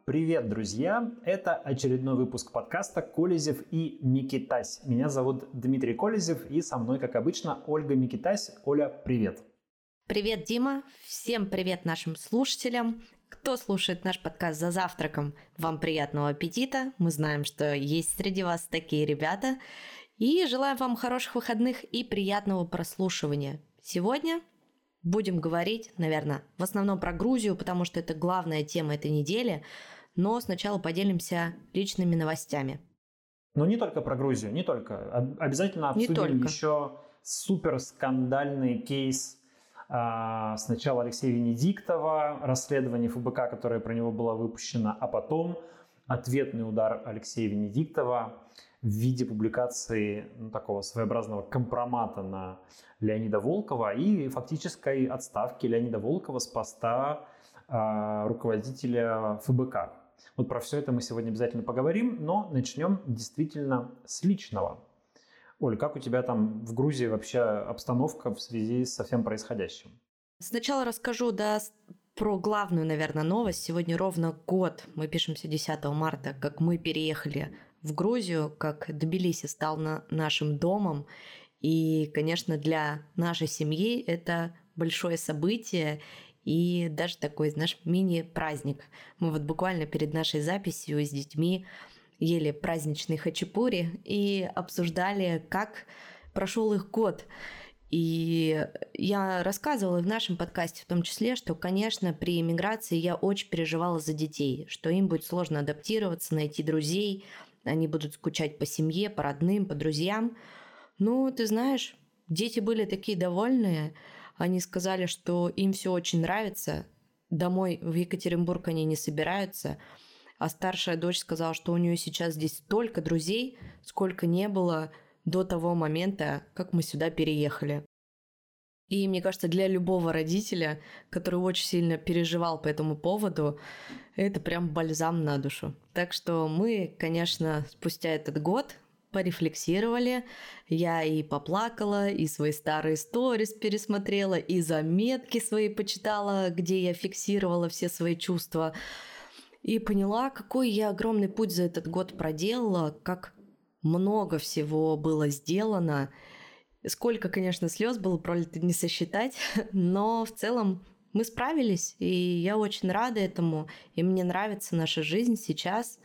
Привет, друзья! Это очередной выпуск подкаста «Колезев и Микитась». Меня зовут Дмитрий Колезев, и со мной, как обычно, Ольга Микитась. Оля, привет! Привет, Дима! Всем привет нашим слушателям! Кто слушает наш подкаст за завтраком, вам приятного аппетита. Мы знаем, что есть среди вас такие ребята. И желаем вам хороших выходных и приятного прослушивания. Сегодня будем говорить, наверное, в основном про Грузию, потому что это главная тема этой недели. Но сначала поделимся личными новостями. Но не только про Грузию, не только. Обязательно обсудим еще супер скандальный кейс сначала Алексея Венедиктова, расследование ФБК, которое про него было выпущено, а потом ответный удар Алексея Венедиктова в виде публикации такого своеобразного компромата на Леонида Волкова и фактической отставки Леонида Волкова с поста руководителя ФБК. Вот про все это мы сегодня обязательно поговорим, но начнем действительно с личного. Оль, как у тебя там в Грузии вообще обстановка в связи со всем происходящим? Сначала расскажу, про главную, наверное, новость. Сегодня ровно год, мы пишемся 10 марта, как мы переехали в Грузию, как Тбилиси стал нашим домом. И, конечно, для нашей семьи это большое событие и даже такой, мини-праздник. Мы вот буквально перед нашей записью с детьми ели праздничный хачапури и обсуждали, как прошел их год. И я рассказывала в нашем подкасте в том числе, что, конечно, при эмиграции я очень переживала за детей, что им будет сложно адаптироваться, найти друзей, они будут скучать по семье, по родным, по друзьям. Ну, ты знаешь, дети были такие довольные, они сказали, что им все очень нравится, домой в Екатеринбург они не собираются, а старшая дочь сказала, что у нее сейчас здесь столько друзей, сколько не было до того момента, как мы сюда переехали. И мне кажется, для любого родителя, который очень сильно переживал по этому поводу, это прям бальзам на душу. Так что мы, конечно, спустя этот год порефлексировали. Я и поплакала, и свои старые сторис пересмотрела, и заметки свои почитала, где я фиксировала все свои чувства. И поняла, какой я огромный путь за этот год проделала, как много всего было сделано. Сколько, конечно, слез было пролито, не сосчитать, но в целом мы справились, и я очень рада этому, и мне нравится наша жизнь сейчас,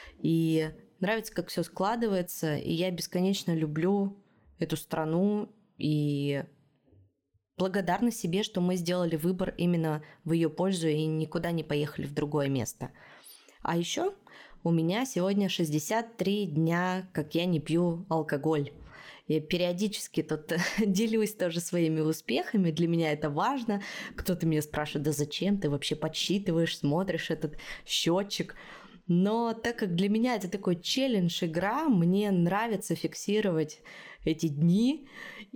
и нравится, как все складывается, и я бесконечно люблю эту страну, и благодарна себе, что мы сделали выбор именно в ее пользу и никуда не поехали в другое место. А еще у меня сегодня 63 дня, как я не пью алкоголь. Я периодически тут делюсь тоже своими успехами, для меня это важно. Кто-то меня спрашивает, да зачем ты вообще подсчитываешь, смотришь этот счетчик. Но так как для меня это такой челлендж, игра, мне нравится фиксировать эти дни,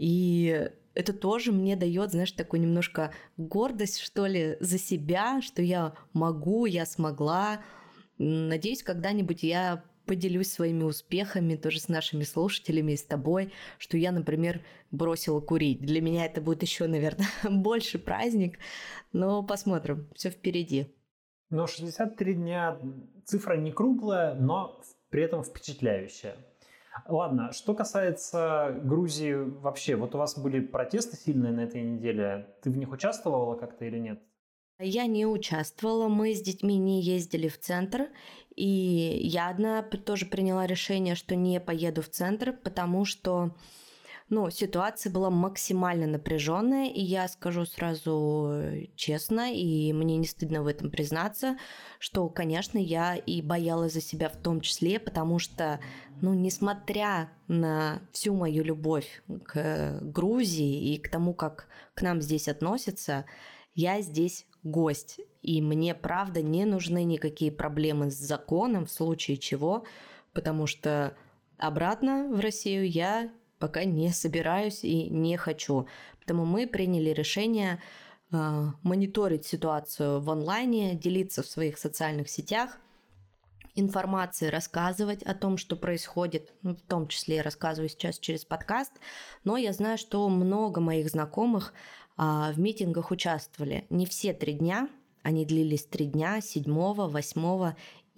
и это тоже мне дает, такую немножко гордость, что ли, за себя, что я могу, я смогла. Надеюсь, когда-нибудь я поделюсь своими успехами тоже с нашими слушателями и с тобой, что я, например, бросила курить. Для меня это будет еще, наверное, больше праздник, но посмотрим, все впереди. Но 63 дня цифра не круглая, но при этом впечатляющая. Ладно, что касается Грузии вообще, вот у вас были протесты сильные на этой неделе, ты в них участвовала как-то или нет? Я не участвовала, мы с детьми не ездили в центр, и я одна тоже приняла решение, что не поеду в центр, потому что ситуация была максимально напряженная, и я скажу сразу честно, и мне не стыдно в этом признаться, что, конечно, я и боялась за себя в том числе, потому что, несмотря на всю мою любовь к Грузии и к тому, как к нам здесь относятся, я здесь гость, и мне, правда, не нужны никакие проблемы с законом в случае чего, потому что обратно в Россию я пока не собираюсь и не хочу. Поэтому мы приняли решение мониторить ситуацию в онлайне, делиться в своих социальных сетях, информации рассказывать о том, что происходит, в том числе я рассказываю сейчас через подкаст, но я знаю, что много моих знакомых в митингах участвовали. Не все 3 дня, они длились 3 дня, 7, 8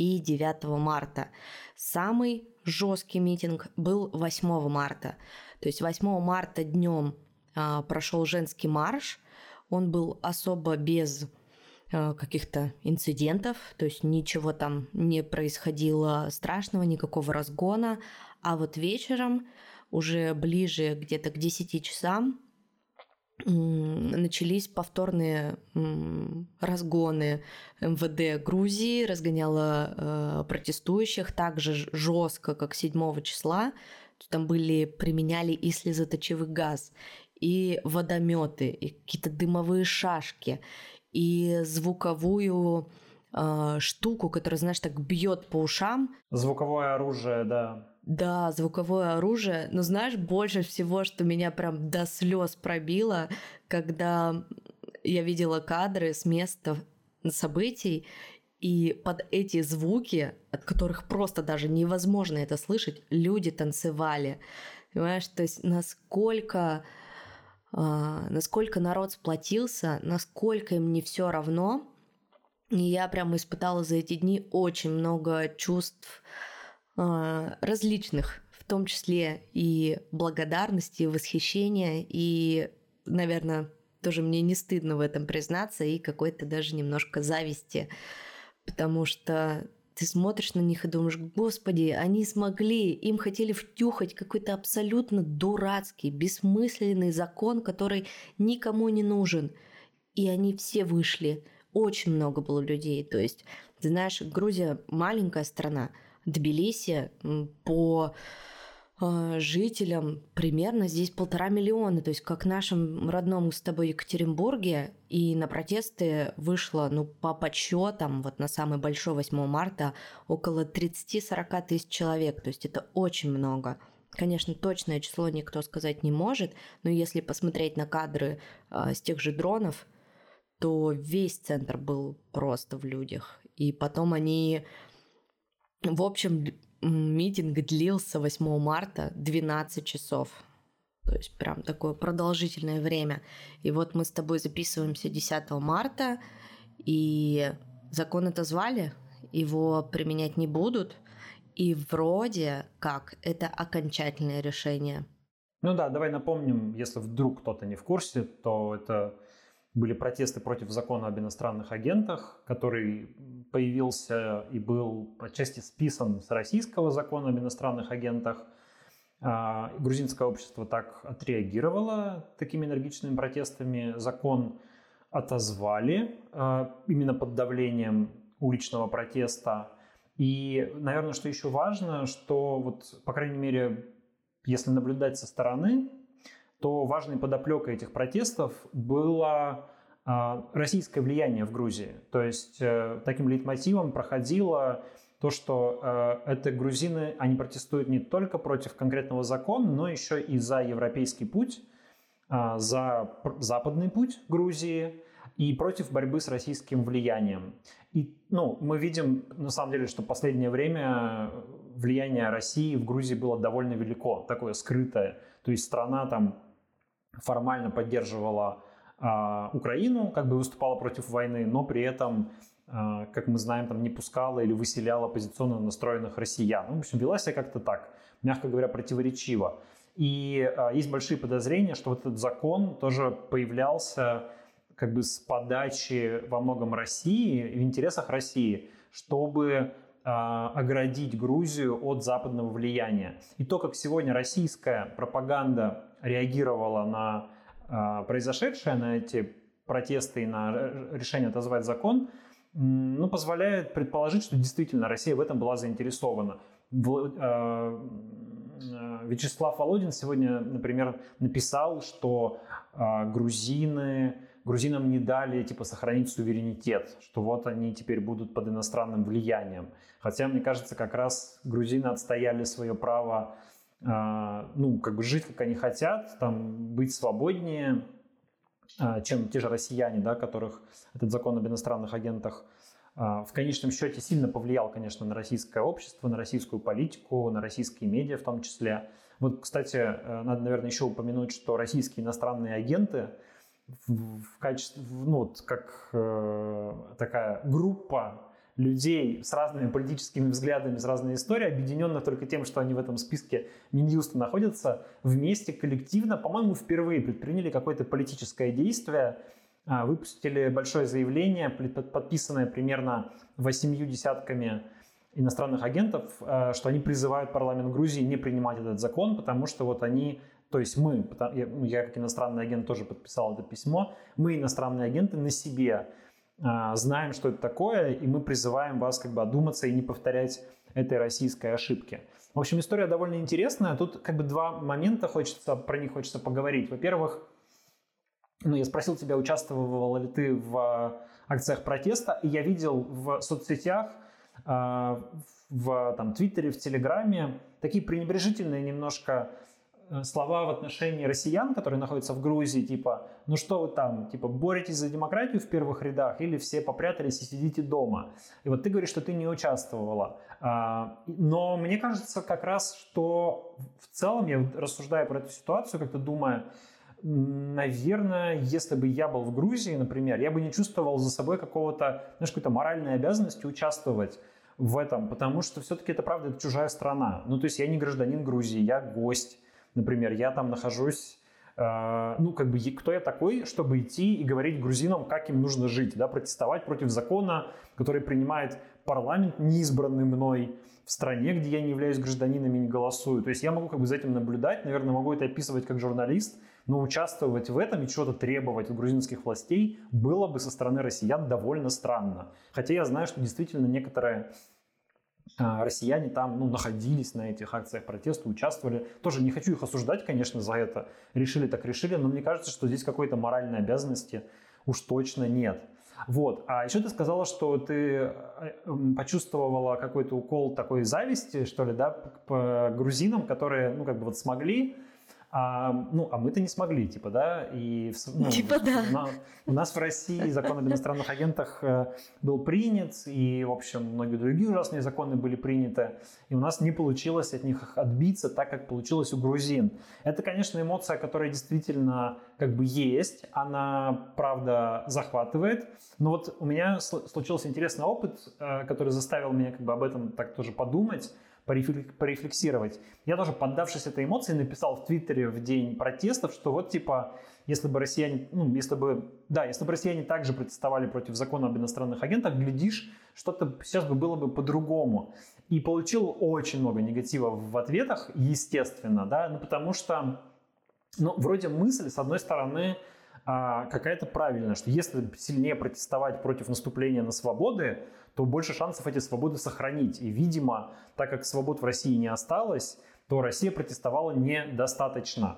и 9 марта. Самый жесткий митинг был 8 марта. То есть 8 марта днем прошел женский марш. Он был особо без каких-то инцидентов, то есть ничего там не происходило страшного, никакого разгона. А вот вечером, уже ближе где-то к 10 часам, начались повторные разгоны. МВД Грузии разгоняло протестующих так же жестко, как 7 числа. Там применяли и слезоточивый газ, и водометы, и какие-то дымовые шашки, и звуковую штуку, которая, знаешь, так бьет по ушам. Звуковое оружие, да. Да, звуковое оружие. Но знаешь, больше всего, что меня прям до слез пробило, когда я видела кадры с места событий, и под эти звуки, от которых просто даже невозможно это слышать, люди танцевали. Понимаешь, то есть насколько народ сплотился, насколько им не все равно. И я прям испытала за эти дни очень много чувств различных, в том числе и благодарности, и восхищения, и, наверное, тоже мне не стыдно в этом признаться, и какой-то даже немножко зависти, потому что ты смотришь на них и думаешь: господи, они смогли, им хотели втюхать какой-то абсолютно дурацкий, бессмысленный закон, который никому не нужен, и они все вышли. Очень много было людей, то есть, ты знаешь, Грузия маленькая страна, Тбилиси по жителям примерно здесь 1,5 миллиона, то есть как в нашем родном с тобой Екатеринбурге, и на протесты вышло, по подсчетам, вот на самый большой 8 марта, около 30-40 тысяч человек, то есть это очень много. Конечно, точное число никто сказать не может, но если посмотреть на кадры с тех же дронов, то весь центр был просто в людях. И потом в общем, митинг длился 8 марта 12 часов. То есть прям такое продолжительное время. И вот мы с тобой записываемся 10 марта, и закон отозвали, его применять не будут. И вроде как это окончательное решение. Ну да, давай напомним, если вдруг кто-то не в курсе, то это были протесты против закона об иностранных агентах, который появился и был отчасти списан с российского закона об иностранных агентах. Грузинское общество так отреагировало такими энергичными протестами. Закон отозвали именно под давлением уличного протеста. И, наверное, что еще важно, что вот, по крайней мере, если наблюдать со стороны, то важной подоплекой этих протестов было российское влияние в Грузии. То есть таким лейтмотивом проходило то, что это грузины, они протестуют не только против конкретного закона, но еще и за европейский путь, за западный путь Грузии и против борьбы с российским влиянием. И мы видим, на самом деле, что в последнее время влияние России в Грузии было довольно велико, такое скрытое. То есть страна там формально поддерживала Украину, как бы выступала против войны, но при этом, как мы знаем, там не пускала или выселяла оппозиционно настроенных россиян. В общем, вела себя как-то так, мягко говоря, противоречиво. И есть большие подозрения, что вот этот закон тоже появлялся как бы с подачи во многом России, в интересах России, чтобы оградить Грузию от западного влияния. И то, как сегодня российская пропаганда реагировала на произошедшее, на эти протесты и на решение отозвать закон, позволяет предположить, что действительно Россия в этом была заинтересована. Вячеслав Володин сегодня, например, написал, что грузинам не дали сохранить суверенитет, что вот они теперь будут под иностранным влиянием. Хотя, мне кажется, как раз грузины отстояли свое право жить, как они хотят, там, быть свободнее, чем те же россияне, да, которых этот закон об иностранных агентах в конечном счете сильно повлиял, конечно, на российское общество, на российскую политику, на российские медиа в том числе. Вот, кстати, надо, наверное, еще упомянуть, что российские иностранные агенты в качестве, как такая группа людей с разными политическими взглядами, с разной историей, объединенных только тем, что они в этом списке Минюста находятся, вместе коллективно, по-моему, впервые предприняли какое-то политическое действие, выпустили большое заявление, подписанное примерно 8 десятками иностранных агентов, что они призывают парламент Грузии не принимать этот закон, потому что вот они, то есть мы, я как иностранный агент тоже подписал это письмо, мы, иностранные агенты, на себе знаем, что это такое, и мы призываем вас как бы одуматься и не повторять этой российской ошибки. В общем, история довольно интересная. Тут как бы два момента про них хочется поговорить. Во-первых, я спросил тебя, участвовала ли ты в акциях протеста, и я видел в соцсетях, в Твиттере, в Телеграме такие пренебрежительные немножко слова в отношении россиян, которые находятся в Грузии, типа, ну что вы там, типа, боретесь за демократию в первых рядах или все попрятались и сидите дома? И вот ты говоришь, что ты не участвовала. Но мне кажется как раз, что в целом, я рассуждаю про эту ситуацию, как-то думаю, наверное, если бы я был в Грузии, например, я бы не чувствовал за собой какой-то моральной обязанности участвовать в этом, потому что все-таки это правда, это чужая страна. Ну, то есть я не гражданин Грузии, я гость. Например, я там нахожусь, кто я такой, чтобы идти и говорить грузинам, как им нужно жить, да, протестовать против закона, который принимает парламент, неизбранный мной в стране, где я не являюсь гражданином и не голосую. То есть я могу за этим наблюдать, наверное, могу это описывать как журналист, но участвовать в этом и чего-то требовать от грузинских властей было бы со стороны россиян довольно странно. Хотя я знаю, что действительно некоторые россияне там находились на этих акциях протеста, участвовали. Тоже не хочу их осуждать, конечно, за это. Решили так решили, но мне кажется, что здесь какой-то моральной обязанности уж точно нет. Вот. А еще ты сказала, что ты почувствовала какой-то укол такой зависти, что ли, да, по грузинам, которые, смогли, а мы-то не смогли, да, и да. У нас в России закон об иностранных агентах был принят, и, в общем, многие другие ужасные законы были приняты, и у нас не получилось от них отбиться так, как получилось у грузин. Это, конечно, эмоция, которая действительно есть, она, правда, захватывает, но вот у меня случился интересный опыт, который заставил меня об этом так тоже подумать, порефлексировать. Я тоже, поддавшись этой эмоции, написал в Твиттере в день протестов, что если бы россияне также протестовали против закона об иностранных агентах, глядишь, что-то сейчас было бы по-другому. И получил очень много негатива в ответах, естественно, да, потому что, вроде мысль, с одной стороны, какая-то правильная, что если сильнее протестовать против наступления на свободы, то больше шансов эти свободы сохранить. И, видимо, так как свобод в России не осталось, то Россия протестовала недостаточно.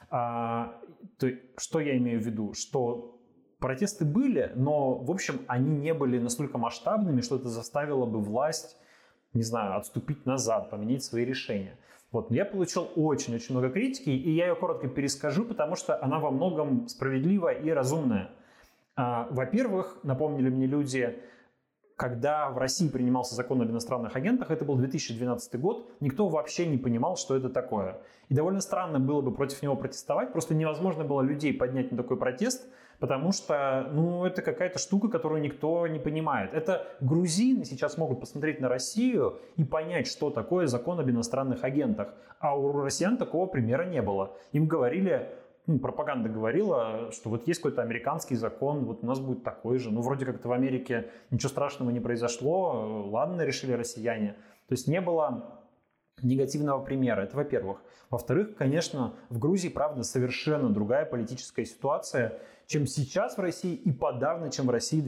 Что я имею в виду? Что протесты были, но, в общем, они не были настолько масштабными, что это заставило бы власть, не знаю, отступить назад, поменять свои решения. Вот. Я получил очень-очень много критики, и я ее коротко перескажу, потому что она во многом справедливая и разумная. Во-первых, напомнили мне люди, когда в России принимался закон об иностранных агентах, это был 2012 год, никто вообще не понимал, что это такое. И довольно странно было бы против него протестовать, просто невозможно было людей поднять на такой протест, потому что, это какая-то штука, которую никто не понимает. Это грузины сейчас могут посмотреть на Россию и понять, что такое закон об иностранных агентах. А у россиян такого примера не было. Им говорили, пропаганда говорила, что вот есть какой-то американский закон, вот у нас будет такой же. Вроде как-то в Америке ничего страшного не произошло, ладно, решили россияне. То есть не было негативного примера, это во-первых. Во-вторых, конечно, в Грузии, правда, совершенно другая политическая ситуация, чем сейчас в России и подавно, чем в России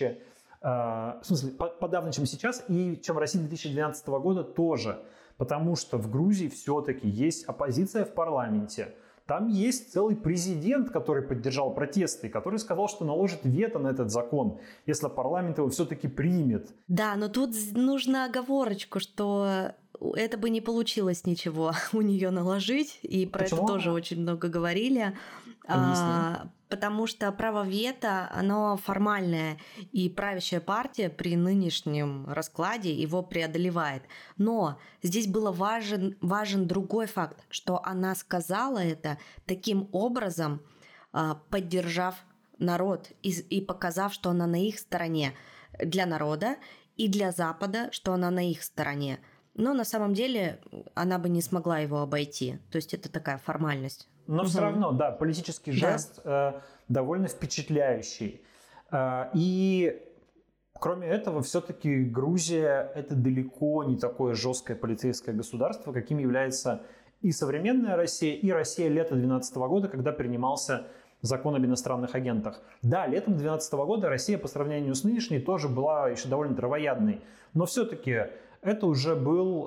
подавно, чем сейчас и чем в России 2012 года тоже. Потому что в Грузии все-таки есть оппозиция в парламенте. Там есть целый президент, который поддержал протесты, который сказал, что наложит вето на этот закон, если парламент его все-таки примет. Да, но тут нужна оговорочку, что это бы не получилось ничего у нее наложить, и про это тоже очень много говорили. Потому что право вето, оно формальное, и правящая партия при нынешнем раскладе его преодолевает. Но здесь был важен другой факт, что она сказала это таким образом, поддержав народ и показав, что она на их стороне для народа, и для Запада, что она на их стороне. Но на самом деле она бы не смогла его обойти. То есть это такая формальность. Но все равно, да, политический жест довольно впечатляющий. И кроме этого, все-таки Грузия – это далеко не такое жесткое полицейское государство, каким является и современная Россия, и Россия лета 2012 года, когда принимался закон об иностранных агентах. Да, летом 2012 года Россия по сравнению с нынешней тоже была еще довольно травоядной. Но все-таки это уже был...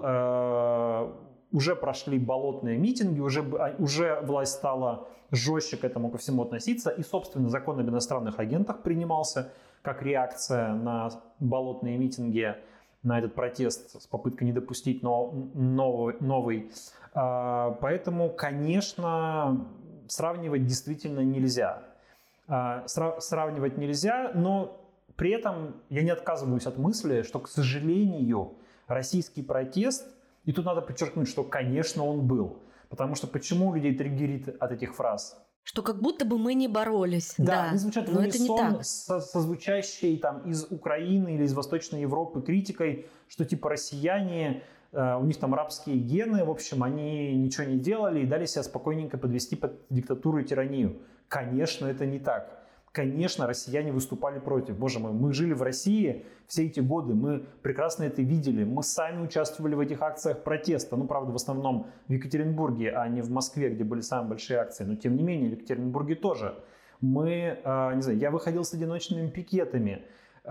уже прошли болотные митинги, уже власть стала жестче к этому ко всему относиться. И, собственно, закон об иностранных агентах принимался как реакция на болотные митинги, на этот протест с попыткой не допустить новый. Поэтому, конечно, сравнивать действительно нельзя. Сравнивать нельзя, но при этом я не отказываюсь от мысли, что, к сожалению, российский протест, и тут надо подчеркнуть, что, конечно, он был. Потому что почему людей триггерит от этих фраз? Что как будто бы мы не боролись. Да, они звучат в унисон со звучащей там из Украины или из Восточной Европы критикой, что типа россияне, у них там рабские гены, в общем, они ничего не делали и дали себя спокойненько подвести под диктатуру и тиранию. Конечно, это не так. Конечно, россияне выступали против. Боже мой, мы жили в России все эти годы, мы прекрасно это видели. Мы сами участвовали в этих акциях протеста. Ну, правда, в основном в Екатеринбурге, а не в Москве, где были самые большие акции. Но, тем не менее, в Екатеринбурге тоже. Я выходил с одиночными пикетами.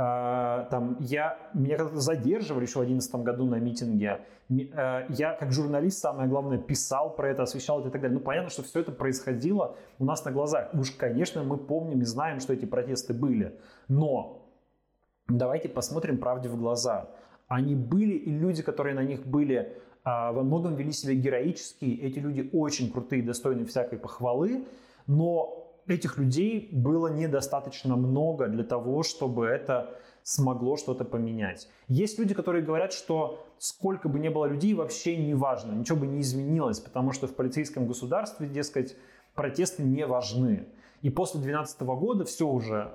Меня когда-то задерживали еще в 2011 году на митинге. Я, как журналист, самое главное, писал про это, освещал это и так далее. Ну, понятно, что все это происходило у нас на глазах. Уж, конечно, мы помним и знаем, что эти протесты были. Но давайте посмотрим правде в глаза. Они были, и люди, которые на них были, во многом вели себя героически. Эти люди очень крутые, достойны всякой похвалы. Но этих людей было недостаточно много для того, чтобы это смогло что-то поменять. Есть люди, которые говорят, что сколько бы ни было людей, вообще не важно, ничего бы не изменилось, потому что в полицейском государстве, дескать, протесты не важны. И после 2012 года все уже,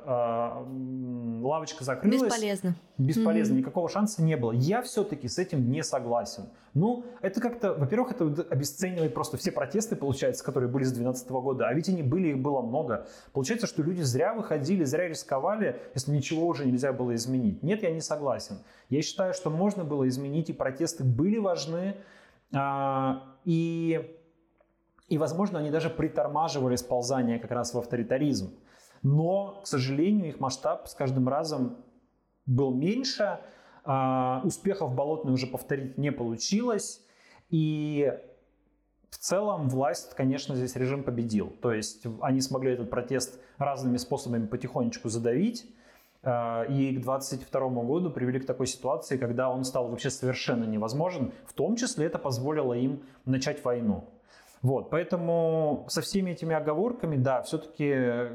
лавочка закрылась. Бесполезно, никакого шанса не было. Я все-таки с этим не согласен. Ну, это как-то, во-первых, это обесценивает просто все протесты, получается, которые были с 2012 года. А ведь они были, их было много. Получается, что люди зря выходили, зря рисковали, если ничего уже нельзя было изменить. Нет, я не согласен. Я считаю, что можно было изменить, и протесты были важны. И, возможно, они даже притормаживали сползание как раз в авторитаризм. Но, к сожалению, их масштаб с каждым разом был меньше. Успехов Болотной уже повторить не получилось. И в целом власть, конечно, здесь режим победил. То есть они смогли этот протест разными способами потихонечку задавить. И к 2022 году привели к такой ситуации, когда он стал вообще совершенно невозможен. В том числе это позволило им начать войну. Вот, поэтому со всеми этими оговорками, да, все-таки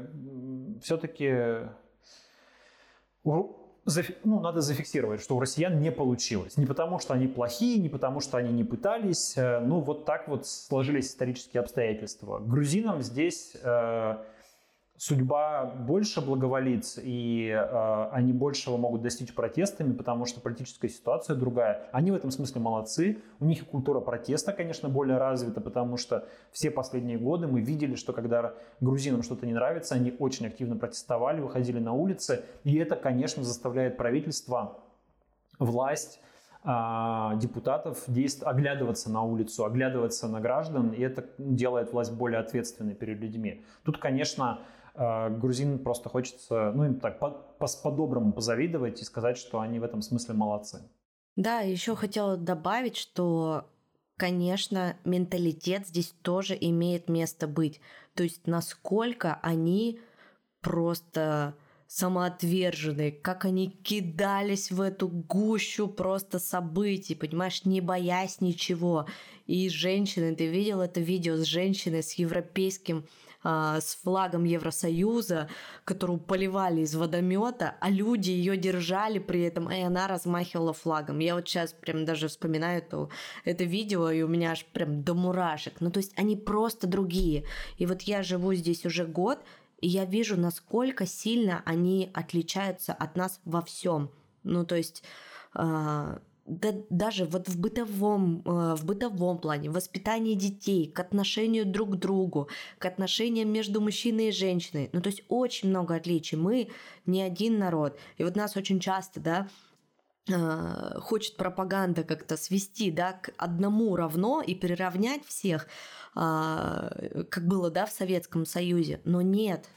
надо зафиксировать, что у россиян не получилось. Не потому, что они плохие, не потому, что они не пытались. Вот так вот сложились исторические обстоятельства. Грузинам здесь судьба больше благоволит, и они большего могут достичь протестами, потому что политическая ситуация другая. Они в этом смысле молодцы. У них и культура протеста, конечно, более развита, потому что все последние годы мы видели, что когда грузинам что-то не нравится, они очень активно протестовали, выходили на улицы. И это, конечно, заставляет правительство, власть, депутатов оглядываться на улицу, оглядываться на граждан, и это делает власть более ответственной перед людьми. Тут, конечно, грузин просто хочется, им так по-доброму позавидовать и сказать, что они в этом смысле молодцы. Да, еще хотела добавить, что, конечно, менталитет здесь тоже имеет место быть. То есть насколько они просто самоотверженные, как они кидались в эту гущу просто событий, понимаешь, не боясь ничего. И женщины, ты видел это видео с женщиной, с европейским, с флагом Евросоюза, которую поливали из водомета, а люди ее держали при этом, и она размахивала флагом. Я вот сейчас прям даже вспоминаю это видео, и у меня аж прям до мурашек. То есть они просто другие. И вот я живу здесь уже год, и я вижу, насколько сильно они отличаются от нас во всем. То есть да, даже вот в бытовом плане, в воспитании детей, к отношению друг к другу, к отношениям между мужчиной и женщиной. Ну, то есть очень много отличий. Мы не один народ. И вот нас очень часто, да, хочет пропаганда как-то свести, да, к одному равно и приравнять всех, как было, да, в Советском Союзе. Но нет.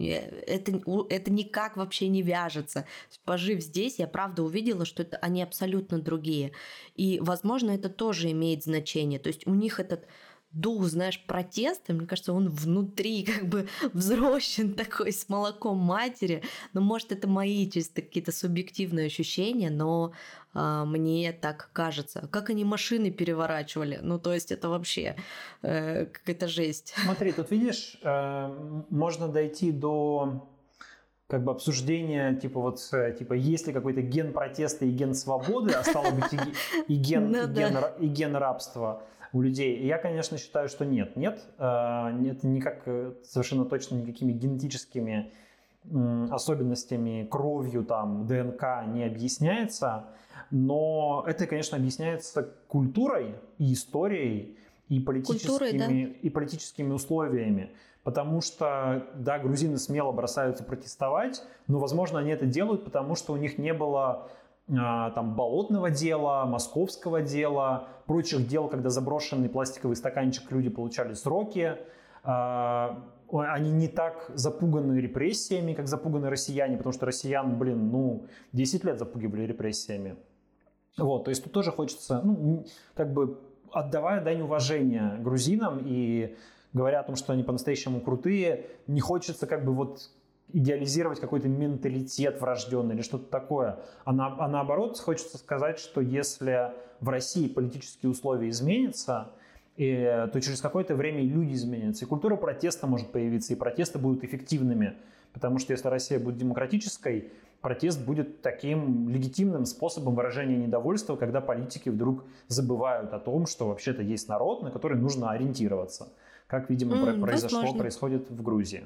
Это никак вообще не вяжется. Пожив здесь, я правда увидела, что они абсолютно другие. И, возможно, это тоже имеет значение. То есть у них этот дух, знаешь, протеста, мне кажется, он внутри как бы взрощен такой с молоком матери. Но, может, это мои чисто какие-то субъективные ощущения, но мне так кажется. Как они машины переворачивали. Ну, то есть это вообще какая-то жесть. Смотри, тут видишь, можно дойти до как бы обсуждения, типа есть ли какой-то ген протеста и ген свободы, а стало быть и ген рабства у людей. И я, конечно, считаю, что нет. Это никак совершенно точно никакими генетическими особенностями, кровью, там, ДНК не объясняется, но это, конечно, объясняется культурой и историей, и политическими условиями. Потому что, да, грузины смело бросаются протестовать, но, возможно, они это делают, потому что у них не было там болотного дела, московского дела, прочих дел, когда заброшенный пластиковый стаканчик люди получали сроки. Они не так запуганы репрессиями, как запуганы россияне, потому что россиян, 10 лет запугивали репрессиями. Вот, то есть тут тоже хочется, как бы отдавая дань уважения грузинам и говоря о том, что они по-настоящему крутые, не хочется как бы вот идеализировать какой-то менталитет врожденный или что-то такое. А наоборот, хочется сказать, что если в России политические условия изменятся, то через какое-то время и люди изменятся, и культура протеста может появиться, и протесты будут эффективными. Потому что если Россия будет демократической, протест будет таким легитимным способом выражения недовольства, когда политики вдруг забывают о том, что вообще-то есть народ, на который нужно ориентироваться. Как, видимо, происходит в Грузии.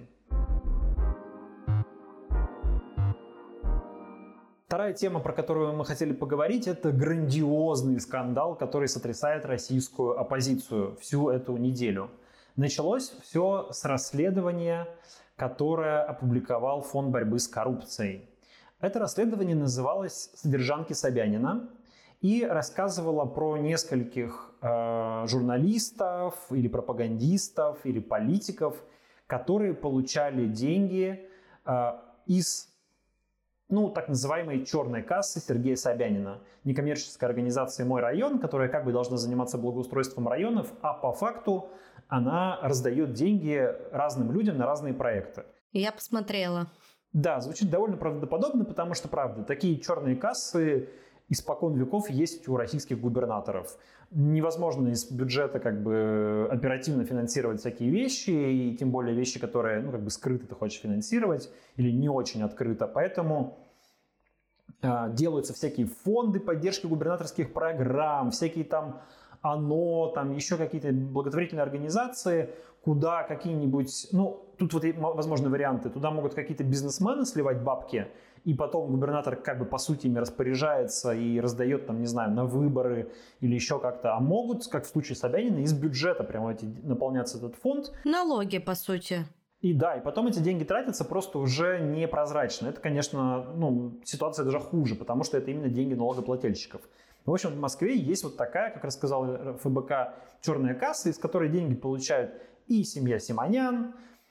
Вторая тема, про которую мы хотели поговорить, это грандиозный скандал, который сотрясает российскую оппозицию всю эту неделю. Началось все с расследования, которое опубликовал Фонд борьбы с коррупцией. Это расследование называлось «Содержанки Собянина» и рассказывало про нескольких журналистов или пропагандистов или политиков, которые получали деньги из так называемой черной кассы Сергея Собянина, некоммерческой организации «Мой район», которая как бы должна заниматься благоустройством районов, а по факту она раздает деньги разным людям на разные проекты. Я посмотрела. Да, звучит довольно правдоподобно, потому что, правда, такие черные кассы испокон веков есть у российских губернаторов. Невозможно из бюджета как бы оперативно финансировать всякие вещи, и тем более вещи, которые скрыто ты хочешь финансировать или не очень открыто. Поэтому делаются всякие фонды поддержки губернаторских программ, всякие там ОНО, там еще какие-то благотворительные организации, куда какие-нибудь, тут вот возможны варианты, туда могут какие-то бизнесмены сливать бабки, и потом губернатор как бы по сути ими распоряжается и раздает там, не знаю, на выборы или еще как-то. А могут, как в случае Собянина, из бюджета прямо наполняться этот фонд. Налоги, по сути. И да, и потом эти деньги тратятся просто уже непрозрачно. Это, конечно, ситуация даже хуже, потому что это именно деньги налогоплательщиков. В общем, в Москве есть вот такая, как рассказал ФБК, черная касса, из которой деньги получают и семья Симонян,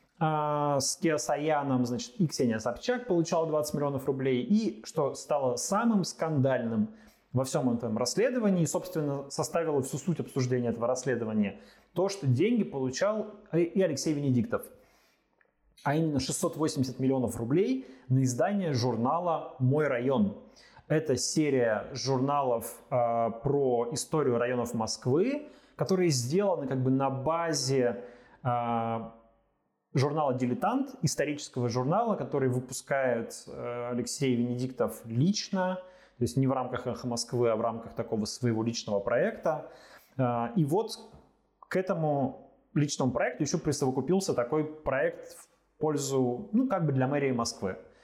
с Киасаяном, значит, и Ксения Собчак получала 20 миллионов рублей. И, что стало самым скандальным во всем этом расследовании, и, собственно, составило всю суть обсуждения этого расследования, то, что деньги получал и Алексей Венедиктов. А именно 680 миллионов рублей на издание журнала «Мой район». Это серия журналов про историю районов Москвы, которые сделаны как бы на базе журнала «Дилетант», исторического журнала, который выпускает Алексей Венедиктов лично, то есть не в рамках «Эхо Москвы», а в рамках такого своего личного проекта. И вот к этому личному проекту еще присовокупился такой проект в пользу, как бы для мэрии Москвы.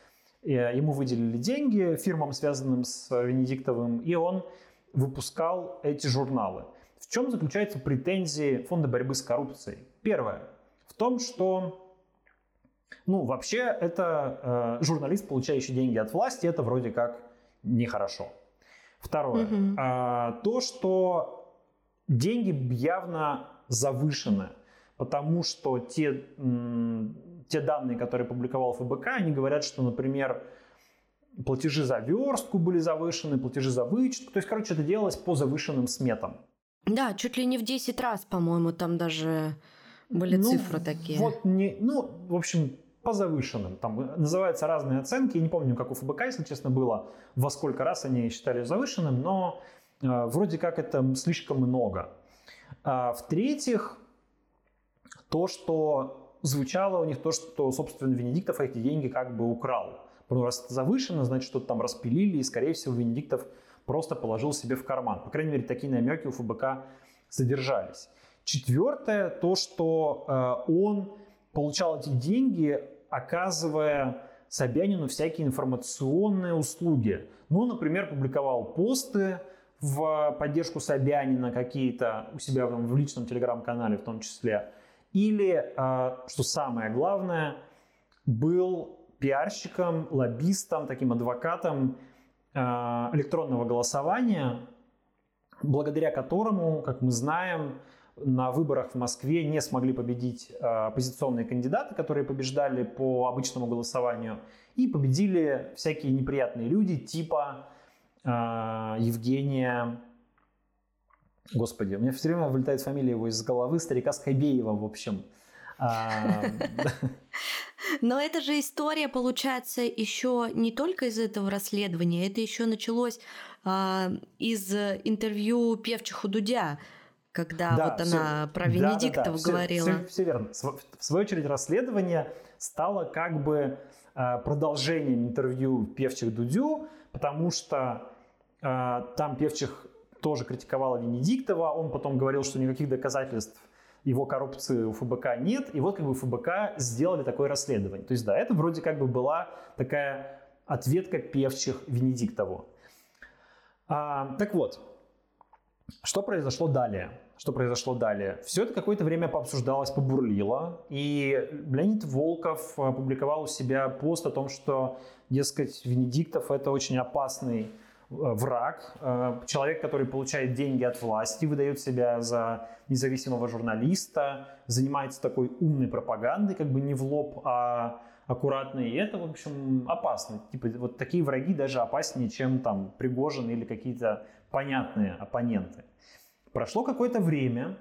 ему выделили деньги фирмам, связанным с Венедиктовым, и он выпускал эти журналы. В чем заключаются претензии Фонда борьбы с коррупцией? Первое. В том, что вообще это журналист, получающий деньги от власти, это вроде как нехорошо. Второе. То, что деньги явно завышены, потому что те данные, которые публиковал ФБК, они говорят, что, например, платежи за верстку были завышены, платежи за вычетку. То есть, это делалось по завышенным сметам. Да, чуть ли не в 10 раз, по-моему, там даже были цифры такие. В общем, по завышенным. Там называются разные оценки. Я не помню, как у ФБК, если честно, было, во сколько раз они считали завышенным, но вроде как это слишком много. В-третьих, то, что звучало у них, то, что, собственно, Венедиктов эти деньги как бы украл. Потому раз это завышено, значит, что-то там распилили, и, скорее всего, Венедиктов просто положил себе в карман. По крайней мере, такие намеки у ФБК содержались. Четвертое, то, что он получал эти деньги, оказывая Собянину всякие информационные услуги. Например, публиковал посты в поддержку Собянина какие-то у себя в личном телеграм-канале в том числе. Или, что самое главное, был пиарщиком, лоббистом, таким адвокатом электронного голосования, благодаря которому, как мы знаем, на выборах в Москве не смогли победить оппозиционные кандидаты, которые побеждали по обычному голосованию, и победили всякие неприятные люди типа Евгения... Господи, у меня все время вылетает фамилия его из головы, старика Скобеева, в общем. Но это же история, получается, еще не только из этого расследования, это еще началось из интервью певчиху Дудя, когда она про Венедиктов говорила. Все верно. В свою очередь, расследование стало как бы продолжением интервью певчих Дудю, потому что там певчих тоже критиковала Венедиктова, он потом говорил, что никаких доказательств его коррупции у ФБК нет, и вот как бы ФБК сделали такое расследование. То есть да, это вроде как бы была такая ответка певчих Венедиктову. Так вот, что произошло далее? Все это какое-то время пообсуждалось, побурлило, и Леонид Волков опубликовал у себя пост о том, что, дескать, Венедиктов – это очень опасный враг, человек, который получает деньги от власти, выдает себя за независимого журналиста, занимается такой умной пропагандой, как бы не в лоб, а аккуратно, и это, в общем, опасно. Типа вот такие враги даже опаснее, чем там Пригожин или какие-то понятные оппоненты. Прошло какое-то время,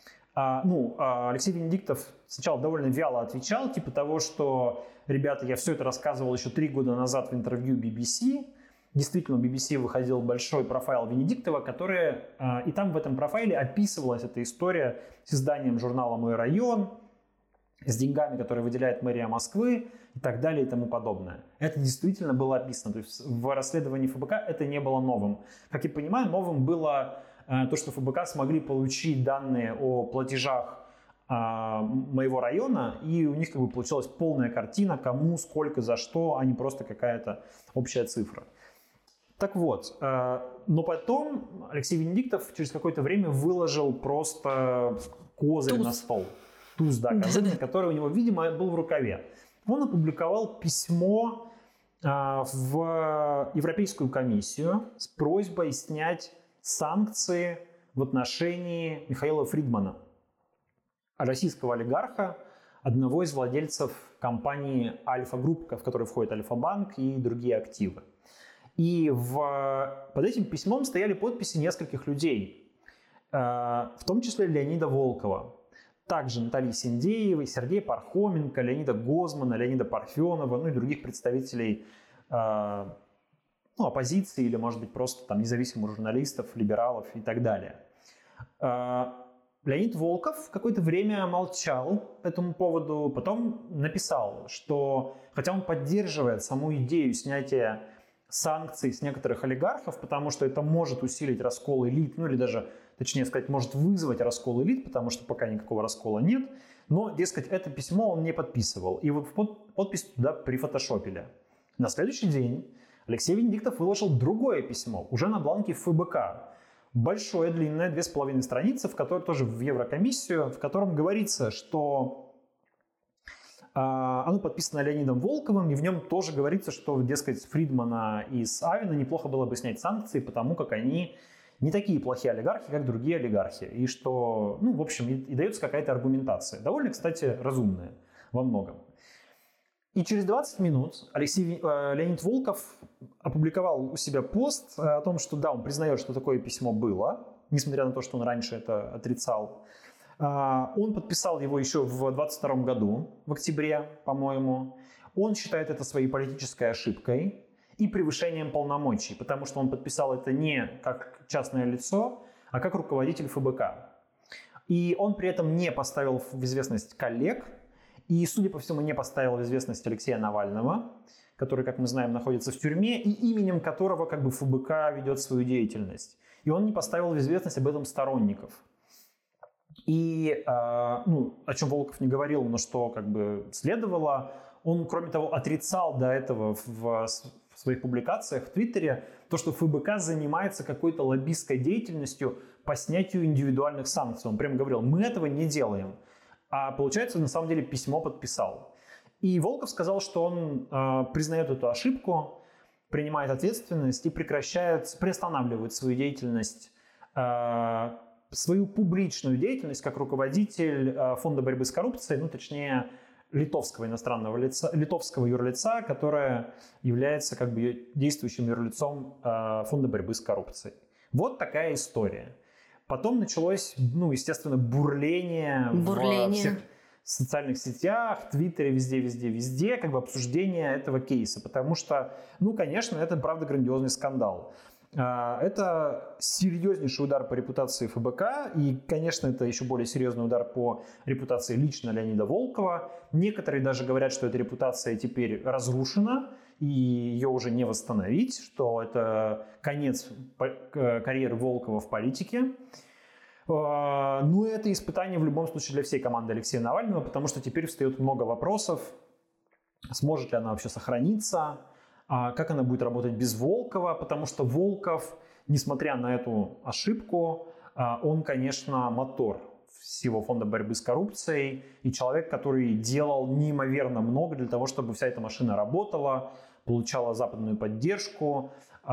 Алексей Венедиктов сначала довольно вяло отвечал, типа того, что, ребята, я все это рассказывал еще 3 года назад в интервью BBC. Действительно, в BBC выходил большой профайл Венедиктова, и там в этом профайле описывалась эта история с изданием журнала «Мой район», с деньгами, которые выделяет мэрия Москвы и так далее и тому подобное. Это действительно было описано. То есть в расследовании ФБК это не было новым. Как я понимаю, новым было то, что ФБК смогли получить данные о платежах моего района, и у них как бы получилась полная картина, кому, сколько, за что, а не просто какая-то общая цифра. Так вот, но потом Алексей Венедиктов через какое-то время выложил просто козырь на стол. Туз, да, козырь, который у него, видимо, был в рукаве. Он опубликовал письмо в Европейскую комиссию с просьбой снять санкции в отношении Михаила Фридмана, российского олигарха, одного из владельцев компании Альфа-Групп, в которой входит Альфа-Банк и другие активы. И под этим письмом стояли подписи нескольких людей, в том числе Леонида Волкова, также Натальи Синдеевой, Сергея Пархоменко, Леонида Гозмана, Леонида Парфенова, и других представителей оппозиции или, может быть, просто там независимых журналистов, либералов и так далее. Леонид Волков какое-то время молчал по этому поводу, потом написал, что хотя он поддерживает саму идею снятия санкций с некоторых олигархов, потому что это может усилить раскол элит, или даже, точнее сказать, может вызвать раскол элит, потому что пока никакого раскола нет, но, дескать, это письмо он не подписывал. И вот подпись туда прифотошопили. На следующий день Алексей Венедиктов выложил другое письмо, уже на бланке ФБК. Большое, длинное, 2,5 страницы, в которой тоже в Еврокомиссию, в котором говорится, что оно подписано Леонидом Волковым, и в нем тоже говорится, что, дескать, Фридмана и Савина неплохо было бы снять санкции, потому как они не такие плохие олигархи, как другие олигархи. И что, в общем, и дается какая-то аргументация. Довольно, кстати, разумная во многом. И через 20 минут Леонид Волков опубликовал у себя пост о том, что да, он признает, что такое письмо было, несмотря на то, что он раньше это отрицал. Он подписал его еще в 2022 году, в октябре, по-моему. Он считает это своей политической ошибкой и превышением полномочий, потому что он подписал это не как частное лицо, а как руководитель ФБК. И он при этом не поставил в известность коллег, и, судя по всему, не поставил в известность Алексея Навального, который, как мы знаем, находится в тюрьме, и именем которого как бы ФБК ведет свою деятельность. И он не поставил в известность об этом сторонников. И, о чем Волков не говорил, но что как бы следовало, он, кроме того, отрицал до этого в своих публикациях в Твиттере то, что ФБК занимается какой-то лоббистской деятельностью по снятию индивидуальных санкций. Он прямо говорил, мы этого не делаем. А получается, на самом деле, письмо подписал. И Волков сказал, что он признает эту ошибку, принимает ответственность и приостанавливает свою деятельность, свою публичную деятельность как руководитель Фонда борьбы с коррупцией, точнее, литовского иностранного лица, литовского юрлица, которое является как бы действующим юрлицом Фонда борьбы с коррупцией. Вот такая история. Потом началось, естественно, бурление. В всех социальных сетях, Твиттере, везде, как бы обсуждение этого кейса. Потому что, конечно, это, правда, грандиозный скандал. Это серьезнейший удар по репутации ФБК, и, конечно, это еще более серьезный удар по репутации лично Леонида Волкова. Некоторые даже говорят, что эта репутация теперь разрушена, и ее уже не восстановить, что это конец карьеры Волкова в политике. Это испытание в любом случае для всей команды Алексея Навального, потому что теперь встает много вопросов, сможет ли она вообще сохраниться, как она будет работать без Волкова, потому что Волков, несмотря на эту ошибку, он, конечно, мотор всего Фонда борьбы с коррупцией и человек, который делал неимоверно много для того, чтобы вся эта машина работала, получала западную поддержку,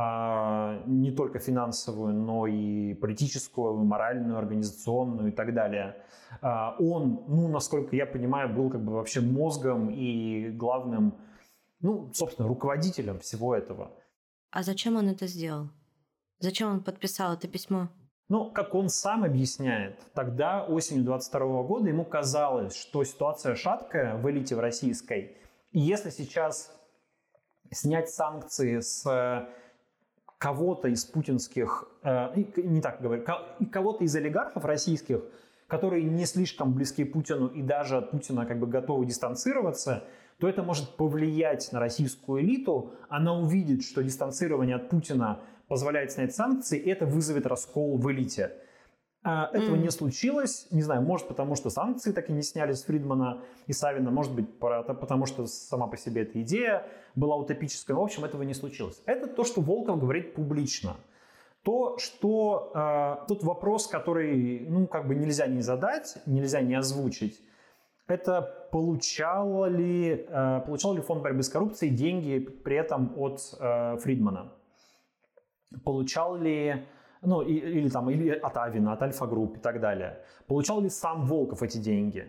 не только финансовую, но и политическую, моральную, организационную и так далее. Он, насколько я понимаю, был как бы вообще мозгом и главным, собственно, руководителем всего этого. А зачем он это сделал? Зачем он подписал это письмо? Как он сам объясняет, тогда, осенью 2022 года, ему казалось, что ситуация шаткая в элите российской. И если сейчас снять санкции с кого-то из путинских, не так говорю, кого-то из олигархов российских, которые не слишком близки Путину и даже от Путина как бы готовы дистанцироваться, то это может повлиять на российскую элиту. Она увидит, что дистанцирование от Путина позволяет снять санкции, и это вызовет раскол в элите. Этого не случилось, не знаю, может потому, что санкции так и не сняли с Фридмана и Савина, может быть потому, что сама по себе эта идея была утопической, в общем, этого не случилось. Это то, что Волков говорит публично. Тот вопрос, который, нельзя не задать, нельзя не озвучить, это получал ли Фонд борьбы с коррупцией деньги при этом от Фридмана? Получал ли, или от Авина, от Альфа-групп и так далее? Получал ли сам Волков эти деньги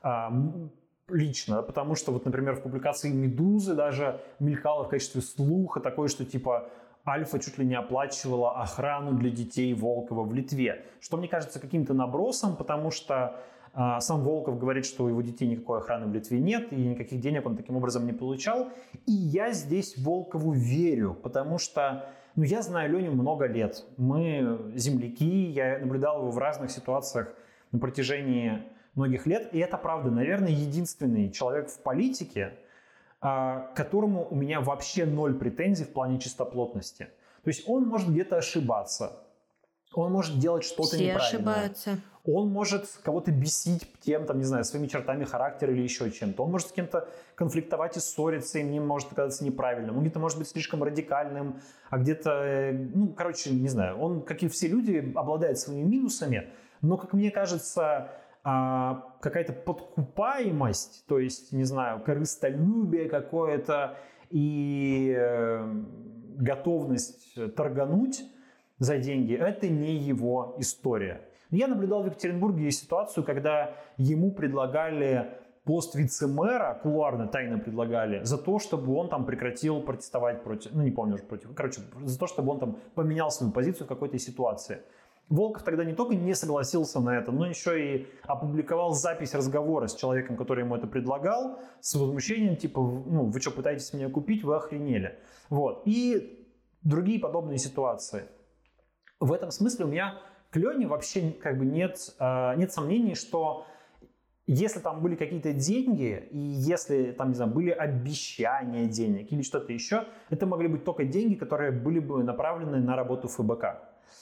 лично? Потому что, например, в публикации «Медузы» даже мелькало в качестве слуха такое, что типа Альфа чуть ли не оплачивала охрану для детей Волкова в Литве. Что мне кажется каким-то набросом, потому что сам Волков говорит, что у его детей никакой охраны в Литве нет, и никаких денег он таким образом не получал. И я здесь Волкову верю, потому что я знаю Леню много лет. Мы земляки, я наблюдал его в разных ситуациях на протяжении многих лет. И это правда, наверное, единственный человек в политике, к которому у меня вообще 0 претензий в плане чистоплотности. То есть он может где-то ошибаться. Он может делать что-то неправильное. Все ошибаются. Он может кого-то бесить тем, там, не знаю, своими чертами характера или еще чем-то. Он может с кем-то конфликтовать и ссориться, и мне может показаться неправильным. Он где-то может быть слишком радикальным, а где-то, ну, короче, не знаю. Он, как и все люди, обладает своими минусами, но, как мне кажется, какая-то подкупаемость, то есть, не знаю, корыстолюбие какое-то и готовность торгануть за деньги, это не его история. Я наблюдал в Екатеринбурге ситуацию, когда ему предлагали пост вице-мэра, кулуарно, тайно предлагали, за то, чтобы он там прекратил протестовать против, ну не помню уже против, короче, за то, чтобы он там поменял свою позицию в какой-то ситуации. Волков тогда не только не согласился на это, но еще и опубликовал запись разговора с человеком, который ему это предлагал, с возмущением, типа, ну, вы что, пытаетесь меня купить, вы охренели. Вот. И другие подобные ситуации. В этом смысле у меня к Лене вообще как бы нет сомнений, что если там были какие-то деньги, и если там, не знаю, были обещания денег или что-то еще, это могли быть только деньги, которые были бы направлены на работу ФБК.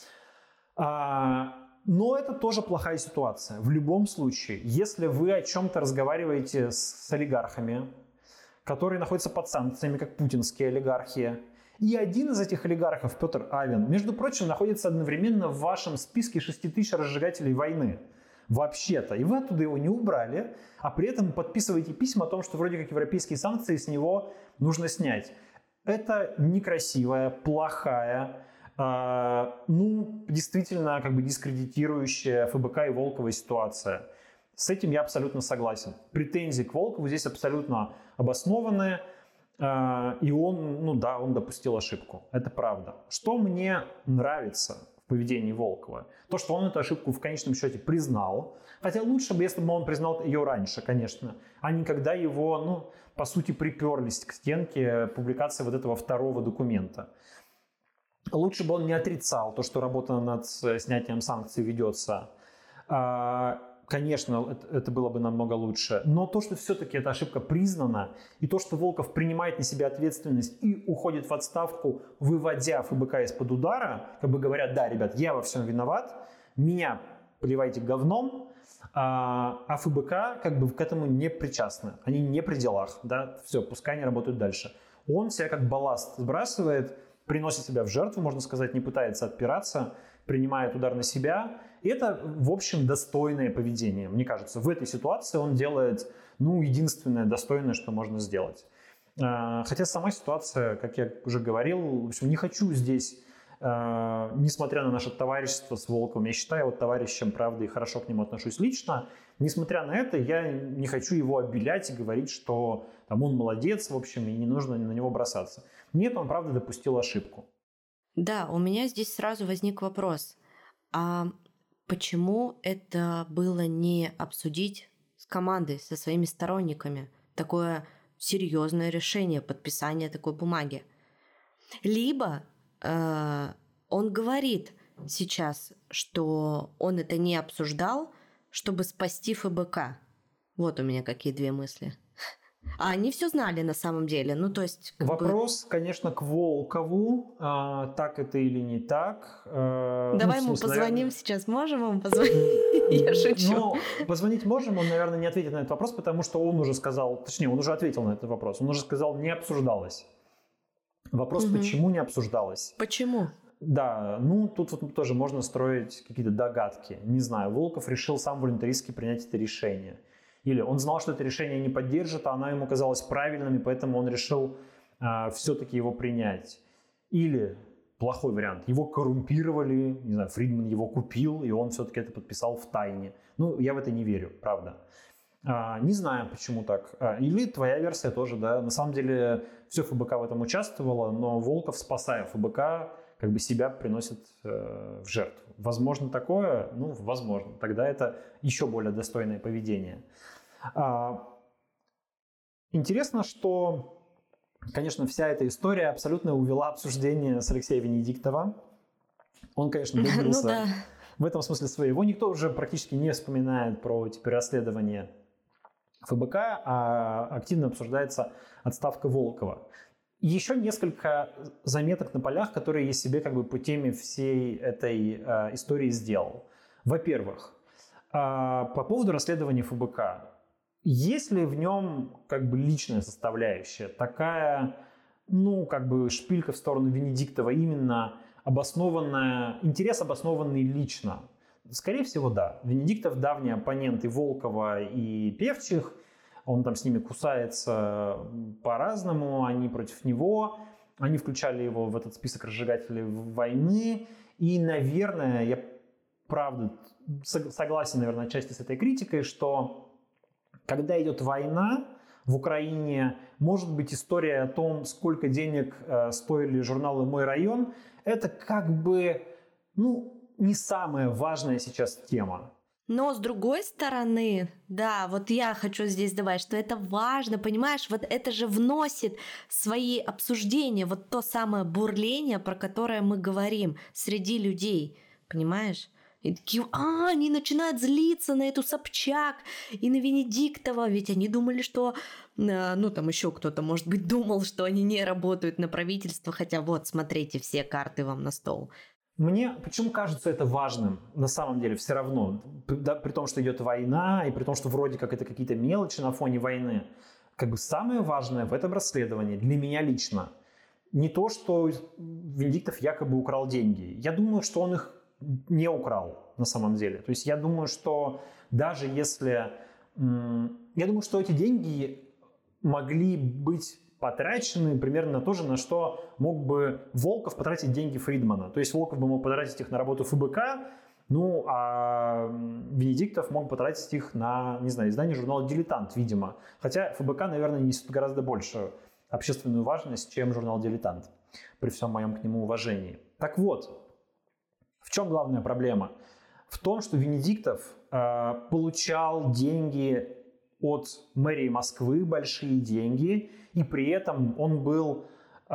Но это тоже плохая ситуация. В любом случае, если вы о чем-то разговариваете с олигархами, которые находятся под санкциями, как путинские олигархи, и один из этих олигархов, Петр Авен, между прочим, находится одновременно в вашем списке 6000 разжигателей войны. Вообще-то. И вы оттуда его не убрали, а при этом подписываете письма о том, что вроде как европейские санкции с него нужно снять. Это некрасивая, плохая, действительно как бы дискредитирующая ФБК и Волкова ситуация. С этим я абсолютно согласен. Претензии к Волкову здесь абсолютно обоснованные. И он допустил ошибку. Это правда. Что мне нравится в поведении Волкова? То, что он эту ошибку в конечном счете признал. Хотя лучше бы, если бы он признал ее раньше, конечно, а не когда его, по сути, приперлись к стенке публикации вот этого второго документа. Лучше бы он не отрицал то, что работа над снятием санкций ведется. Конечно, это было бы намного лучше. Но то, что все-таки эта ошибка признана, и то, что Волков принимает на себя ответственность и уходит в отставку, выводя ФБК из-под удара, как бы говоря, да, ребят, я во всем виноват, меня поливайте говном, а ФБК как бы к этому не причастны. Они не при делах, да, все, пускай они работают дальше. Он себя как балласт сбрасывает, приносит себя в жертву, можно сказать, не пытается отпираться, принимает удар на себя. И это, в общем, достойное поведение. Мне кажется, в этой ситуации он делает, единственное достойное, что можно сделать. Хотя сама ситуация, как я уже говорил, в общем, не хочу здесь, несмотря на наше товарищество с Волковым, я считаю его товарищем, правда, и хорошо к нему отношусь лично, несмотря на это, я не хочу его обелять и говорить, что там, он молодец, в общем, и не нужно на него бросаться. Нет, он, правда, допустил ошибку. Да, у меня здесь сразу возник вопрос. А почему это было не обсудить с командой, со своими сторонниками? Такое серьезное решение подписания такой бумаги. Либо он говорит сейчас, что он это не обсуждал, чтобы спасти ФБК. Вот у меня какие две мысли. А они все знали на самом деле. Вопрос, конечно, к Волкову. Так это или не так? Давай ему позвоним сейчас. Можем ему позвонить? Я шучу. Позвонить можем. Он, наверное, не ответит на этот вопрос, потому что он уже сказал, точнее, он уже ответил на этот вопрос. Он уже сказал, не обсуждалось. Вопрос, почему не обсуждалось? Почему? Да, тут вот тоже можно строить какие-то догадки. Не знаю, Волков решил сам волюнтаристски принять это решение. Или он знал, что это решение не поддержит, а оно ему казалось правильным, и поэтому он решил все-таки его принять. Или плохой вариант. Его коррумпировали, не знаю, Фридман его купил, и он все-таки это подписал в тайне. Я в это не верю, правда. Не знаю, почему так. Или твоя версия тоже, да. На самом деле все ФБК в этом участвовало, но Волков, спасая ФБК, как бы себя приносит в жертву. Возможно такое? Возможно. Тогда это еще более достойное поведение. Интересно, что, конечно, вся эта история абсолютно увела обсуждение с Алексея Венедиктова. Он, конечно, добился в этом смысле своего. Никто уже практически не вспоминает про расследование ФБК, а активно обсуждается отставка Волкова. Еще несколько заметок на полях, которые я себе как бы по теме всей этой истории сделал. Во-первых, по поводу расследования ФБК. Есть ли в нем как бы личная составляющая, такая, шпилька в сторону Венедиктова, именно интерес обоснованный лично? Скорее всего, да. Венедиктов давний оппонент и Волкова, и Певчих. Он там с ними кусается по-разному, они против него. Они включали его в этот список разжигателей войны. И, наверное, я правда согласен, наверное, отчасти с этой критикой, что когда идет война в Украине, может быть, история о том, сколько денег стоили журналы «Мой район», это как бы, не самая важная сейчас тема. Но с другой стороны, да, вот я хочу здесь добавить, что это важно, понимаешь, вот это же вносит свои обсуждения, вот то самое бурление, про которое мы говорим среди людей, понимаешь? И такие, они начинают злиться на эту Собчак и на Венедиктова, ведь они думали, что, там еще кто-то, может быть, думал, что они не работают на правительство, хотя вот, смотрите, все карты вам на стол. Мне почему кажется это важным, на самом деле, все равно, да, при том, что идет война, и при том, что вроде как это какие-то мелочи на фоне войны, как бы самое важное в этом расследовании для меня лично не то, что Венедиктов якобы украл деньги. Я думаю, что он их не украл на самом деле. То есть я думаю, что даже если... Я думаю, что эти деньги могли быть потрачены примерно на то же, на что мог бы Волков потратить деньги Фридмана. То есть Волков бы мог потратить их на работу ФБК, а Венедиктов мог потратить их на, не знаю, издание журнала «Дилетант», видимо. Хотя ФБК, наверное, несет гораздо большую общественную важность, чем журнал «Дилетант», при всем моем к нему уважении. Так вот, в чем главная проблема? В том, что Венедиктов получал деньги от мэрии Москвы, большие деньги, и при этом он был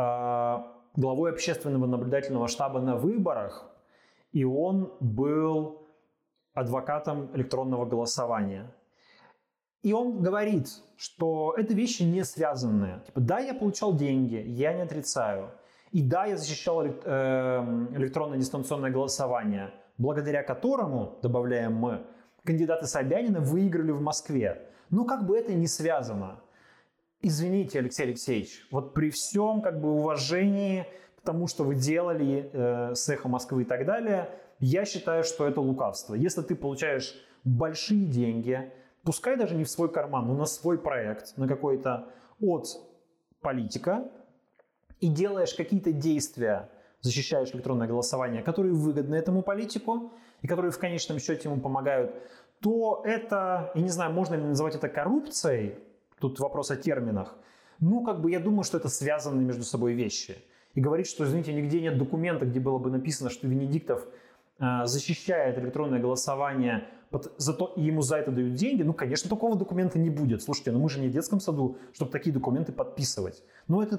главой общественного наблюдательного штаба на выборах, и он был адвокатом электронного голосования. И он говорит, что это вещи не связанные. Типа, да, я получал деньги, я не отрицаю. И да, я защищал электронное дистанционное голосование, благодаря которому, добавляем мы, кандидаты Собянина выиграли в Москве. Но как бы это не связано. Извините, Алексей Алексеевич, вот при всем как бы уважении к тому, что вы делали с «Эхо Москвы» и так далее, я считаю, что это лукавство. Если ты получаешь большие деньги, пускай даже не в свой карман, но на свой проект, на какой-то от политика, и делаешь какие-то действия, защищаешь электронное голосование, которые выгодны этому политику и которые в конечном счете ему помогают, то это, я не знаю, можно ли называть это коррупцией, тут вопрос о терминах, я думаю, что это связанные между собой вещи. И говорить, что, извините, нигде нет документа, где было бы написано, что Венедиктов защищает электронное голосование, зато ему за это дают деньги, конечно, такого документа не будет. Слушайте, мы же не в детском саду, чтобы такие документы подписывать. Это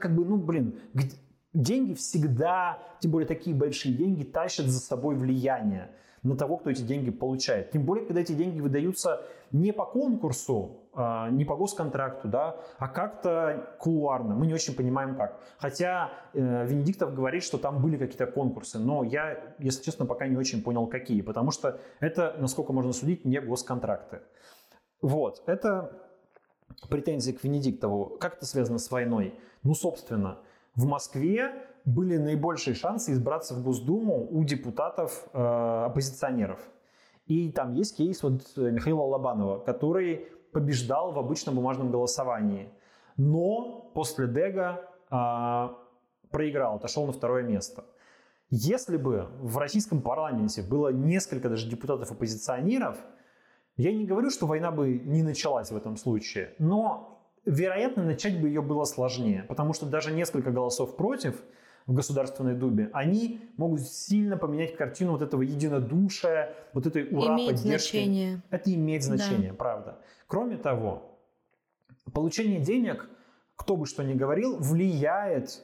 деньги всегда, тем более такие большие деньги, тащат за собой влияние на того, кто эти деньги получает. Тем более, когда эти деньги выдаются не по конкурсу, не по госконтракту, да, а как-то кулуарно. Мы не очень понимаем как. Хотя Венедиктов говорит, что там были какие-то конкурсы, но я, если честно, пока не очень понял, какие. Потому что это, насколько можно судить, не госконтракты. Вот. Это претензии к Венедиктову. Как это связано с войной? Собственно, в Москве были наибольшие шансы избраться в Госдуму у депутатов-оппозиционеров. И там есть кейс Михаила Лобанова, который побеждал в обычном бумажном голосовании. Но после Дега проиграл, отошел на второе место. Если бы в российском парламенте было несколько даже депутатов-оппозиционеров, я не говорю, что война бы не началась в этом случае, но, вероятно, начать бы ее было сложнее, потому что даже несколько голосов против в Государственной Думе, они могут сильно поменять картину этого единодушия, этой ура-поддержки. Значение. Это имеет значение, да. Правда. Кроме того, получение денег, кто бы что ни говорил, влияет,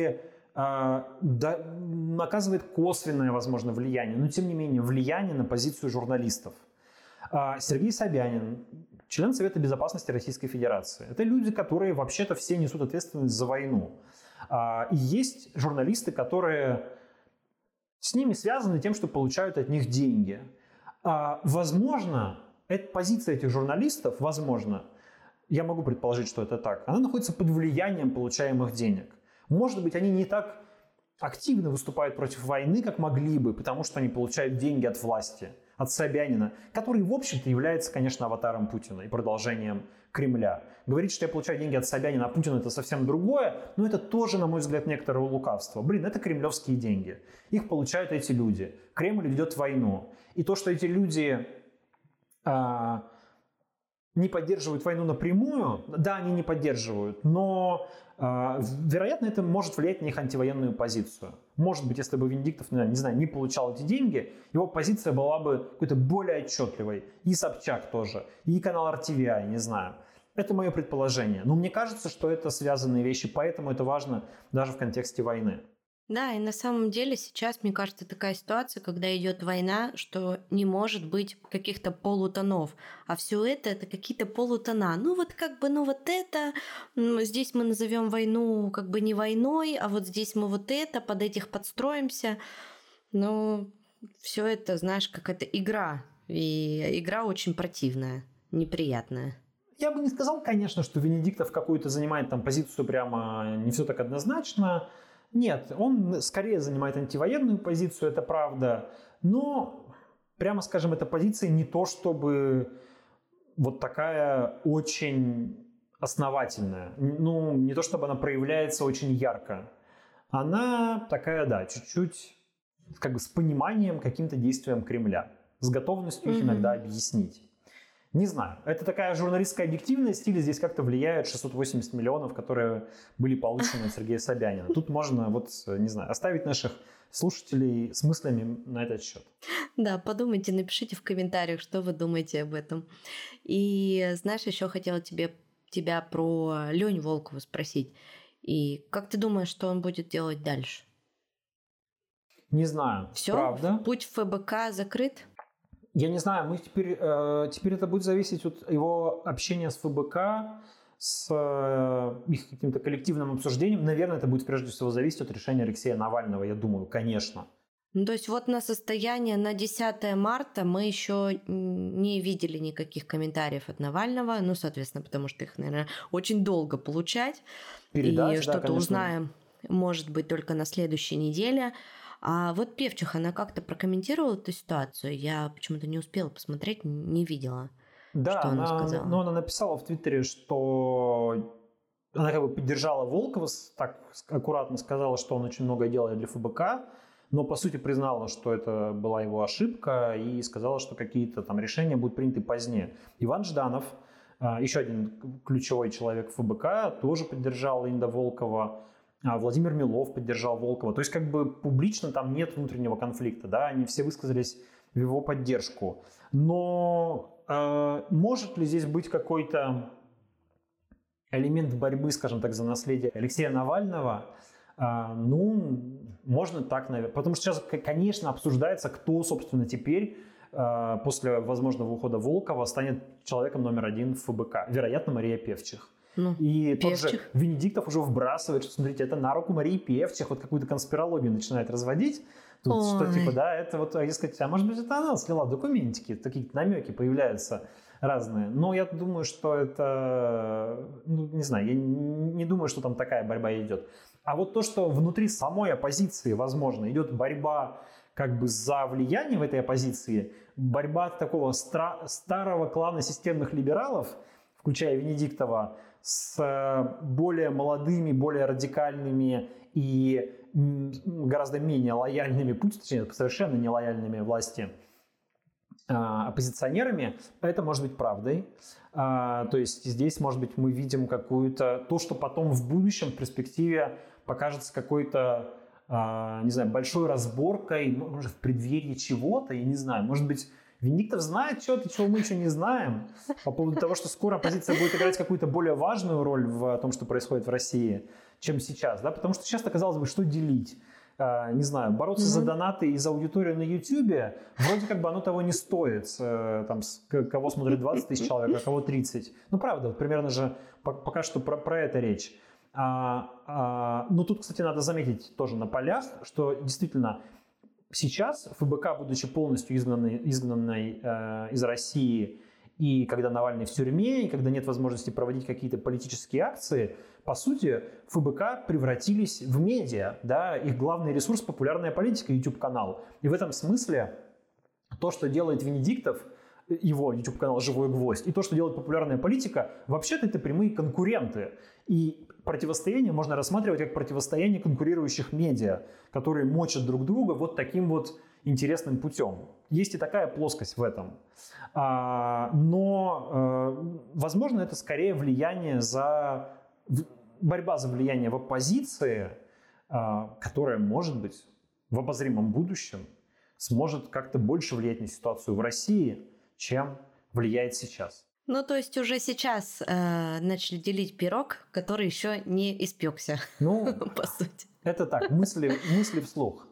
оказывает косвенное, возможно, влияние, но тем не менее влияние на позицию журналистов. Сергей Собянин, член Совета Безопасности Российской Федерации. Это люди, которые вообще-то все несут ответственность за войну. И есть журналисты, которые с ними связаны тем, что получают от них деньги. Возможно, позиция этих журналистов, возможно, я могу предположить, что это так, она находится под влиянием получаемых денег. Может быть, они не так активно выступают против войны, как могли бы, потому что они получают деньги от власти, от Собянина, который, в общем-то, является, конечно, аватаром Путина и продолжением Кремля. Говорить, что я получаю деньги от Собянина, а Путин — это совсем другое, но это тоже, на мой взгляд, некоторое лукавство. Это кремлевские деньги. Их получают эти люди. Кремль ведет войну. И то, что эти люди не поддерживают войну напрямую, да, они не поддерживают, но, вероятно, это может влиять на их антивоенную позицию. Может быть, если бы Венедиктов, не получал эти деньги, его позиция была бы какой-то более отчетливой. И Собчак тоже, и канал RTVI, не знаю. Это мое предположение. Но мне кажется, что это связанные вещи, поэтому это важно даже в контексте войны. Да, и на самом деле сейчас, мне кажется, такая ситуация, когда идет война, что не может быть каких-то полутонов, а все это какие-то полутона. Здесь мы назовем войну как бы не войной, а вот здесь мы под этих подстроимся. Но все это, знаешь, какая-то игра, и игра очень противная, неприятная. Я бы не сказал, конечно, что Венедиктов какую-то занимает там позицию прямо не все так однозначно. Нет, он скорее занимает антивоенную позицию, это правда, но, прямо скажем, эта позиция не то чтобы вот такая очень основательная, не то чтобы она проявляется очень ярко. Она такая, да, чуть-чуть как бы с пониманием каким-то действиям Кремля, с готовностью их иногда объяснить. Не знаю, это такая журналистская объективность или здесь как-то влияют 680 миллионов, которые были получены от Сергея Собянина. Тут можно, оставить наших слушателей с мыслями на этот счет. Да, подумайте, напишите в комментариях, что вы думаете об этом. И знаешь, еще хотела тебя про Леню Волкова спросить. И как ты думаешь, что он будет делать дальше? Не знаю, Все, правда. Путь в ФБК закрыт? Я не знаю, теперь это будет зависеть от его общения с ФБК, с их каким-то коллективным обсуждением. Наверное, это будет прежде всего зависеть от решения Алексея Навального, я думаю, конечно. То есть на состояние на 10 марта мы еще не видели никаких комментариев от Навального, соответственно, потому что их, наверное, очень долго получать. Передать, и что-то узнаем, может быть, только на следующей неделе. А вот Певчих, она как-то прокомментировала эту ситуацию? Я почему-то не успела посмотреть, не видела, что она сказала. Она написала в Твиттере, что она как бы поддержала Волкова, так аккуратно сказала, что он очень много делает для ФБК, но по сути признала, что это была его ошибка и сказала, что какие-то там решения будут приняты позднее. Иван Жданов, еще один ключевой человек ФБК, тоже поддержал Инда Волкова. Владимир Милов поддержал Волкова. То есть как бы публично там нет внутреннего конфликта, да, они все высказались в его поддержку. Но может ли здесь быть какой-то элемент борьбы, скажем так, за наследие Алексея Навального? Можно так, наверное. Потому что сейчас, конечно, обсуждается, кто, собственно, теперь после возможного ухода Волкова станет человеком номер один в ФБК. Вероятно, Мария Певчих. И тот же Венедиктов уже вбрасывает, что, смотрите, это на руку Марии Певчих, какую-то конспирологию начинает разводить. Тут что это может быть, это она слила документики, такие намеки появляются разные. Но я думаю, что это, не знаю, я не думаю, что там такая борьба идет. А вот то, что внутри самой оппозиции, возможно, идет борьба как бы за влияние в этой оппозиции, борьба такого старого клана системных либералов, включая Венедиктова, с более молодыми, более радикальными и гораздо менее лояльными, точнее, совершенно нелояльными власти оппозиционерами, это может быть правдой. То есть здесь, может быть, мы видим какую-то, то, что потом в будущем, в перспективе покажется какой-то, не знаю, большой разборкой, может, в преддверии чего-то, я не знаю, может быть, Венедиктов знает что-то, чего мы еще не знаем, по поводу того, что скоро оппозиция будет играть какую-то более важную роль в том, что происходит в России, чем сейчас. Да? Потому что сейчас, казалось бы, что делить? Не знаю, бороться за донаты и за аудиторию на YouTube, вроде как бы оно того не стоит. Там, кого смотрит 20 тысяч человек, а кого 30. Правда, примерно же пока что про это речь. Но тут, кстати, надо заметить тоже на полях, что действительно сейчас ФБК, будучи полностью изгнанной из России, и когда Навальный в тюрьме, и когда нет возможности проводить какие-то политические акции, по сути, ФБК превратились в медиа. Да? Их главный ресурс – популярная политика, YouTube-канал. И в этом смысле то, что делает Венедиктов, его YouTube-канал «Живой гвоздь», и то, что делает популярная политика, вообще-то это прямые конкуренты. И противостояние можно рассматривать как противостояние конкурирующих медиа, которые мочат друг друга вот таким вот интересным путем. Есть и такая плоскость в этом. Но, возможно, это скорее борьба за влияние в оппозиции, которая, может быть, в обозримом будущем сможет как-то больше влиять на ситуацию в России, чем влияет сейчас. Ну, то есть уже сейчас начали делить пирог, который еще не испекся, по сути. Это так, мысли вслух.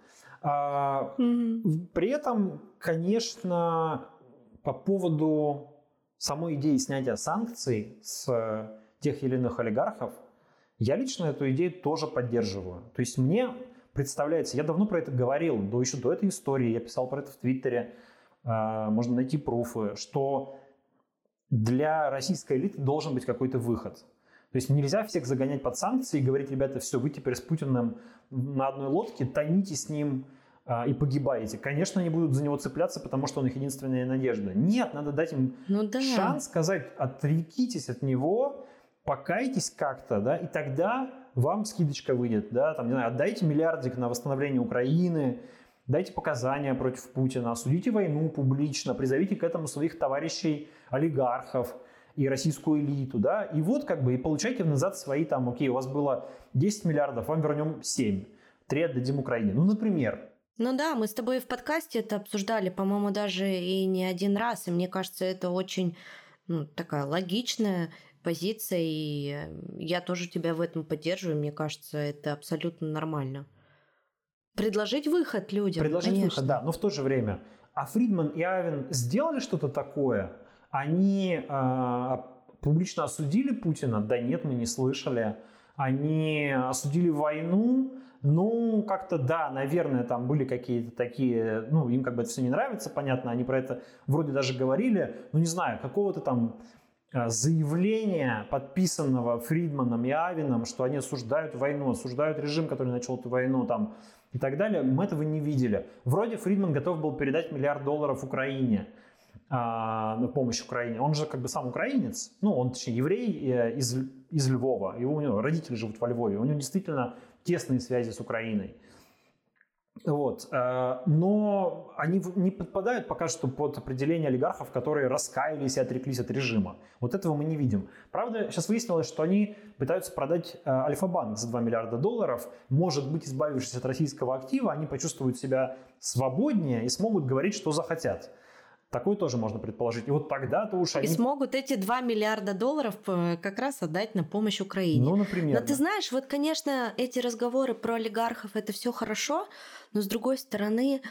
При этом, конечно, по поводу самой идеи снятия санкций с тех или иных олигархов, я лично эту идею тоже поддерживаю. То есть мне представляется, я давно про это говорил, еще до этой истории, я писал про это в Твиттере, можно найти пруфы, что для российской элиты должен быть какой-то выход. То есть нельзя всех загонять под санкции и говорить: ребята, все, вы теперь с Путиным на одной лодке, тоните с ним и погибаете. Конечно, они будут за него цепляться, потому что он их единственная надежда. Нет, надо дать им шанс сказать: отрекитесь от него, покайтесь как-то, да, и тогда вам скидочка выйдет. Да, там, не знаю, отдайте миллиардик на восстановление Украины, дайте показания против Путина, осудите войну публично, призовите к этому своих товарищей-олигархов и российскую элиту, да, и вот как бы и получайте назад свои там, окей, у вас было 10 миллиардов, вам вернем 7, 3 отдадим Украине, например. Ну да, мы с тобой в подкасте это обсуждали, по-моему, даже и не один раз, и мне кажется, это очень такая логичная позиция, и я тоже тебя в этом поддерживаю, мне кажется, это абсолютно нормально. Предложить выход людям, выход, да, но в то же время. А Фридман и Авен сделали что-то такое? Они публично осудили Путина? Да нет, мы не слышали. Они осудили войну? Как-то да, наверное, там были какие-то такие, им как бы это все не нравится, понятно, они про это вроде даже говорили, не знаю, какого-то там заявления, подписанного Фридманом и Авеном, что они осуждают войну, осуждают режим, который начал эту войну, там, и так далее, мы этого не видели. Вроде Фридман готов был передать $1 миллиард Украине, на помощь Украине. Он же как бы сам украинец, он, точнее, еврей из Львова, у него родители живут во Львове, у него действительно тесные связи с Украиной. Вот. Но они не подпадают пока что под определение олигархов, которые раскаялись и отреклись от режима. Вот этого мы не видим. Правда, сейчас выяснилось, что они пытаются продать Альфа-банк за $2 миллиарда. Может быть, избавившись от российского актива, они почувствуют себя свободнее и смогут говорить, что захотят. Такое тоже можно предположить. И вот тогда-то уж они... И смогут эти $2 миллиарда как раз отдать на помощь Украине. Например. Но ты знаешь, вот, конечно, эти разговоры про олигархов, это все хорошо, но с другой стороны,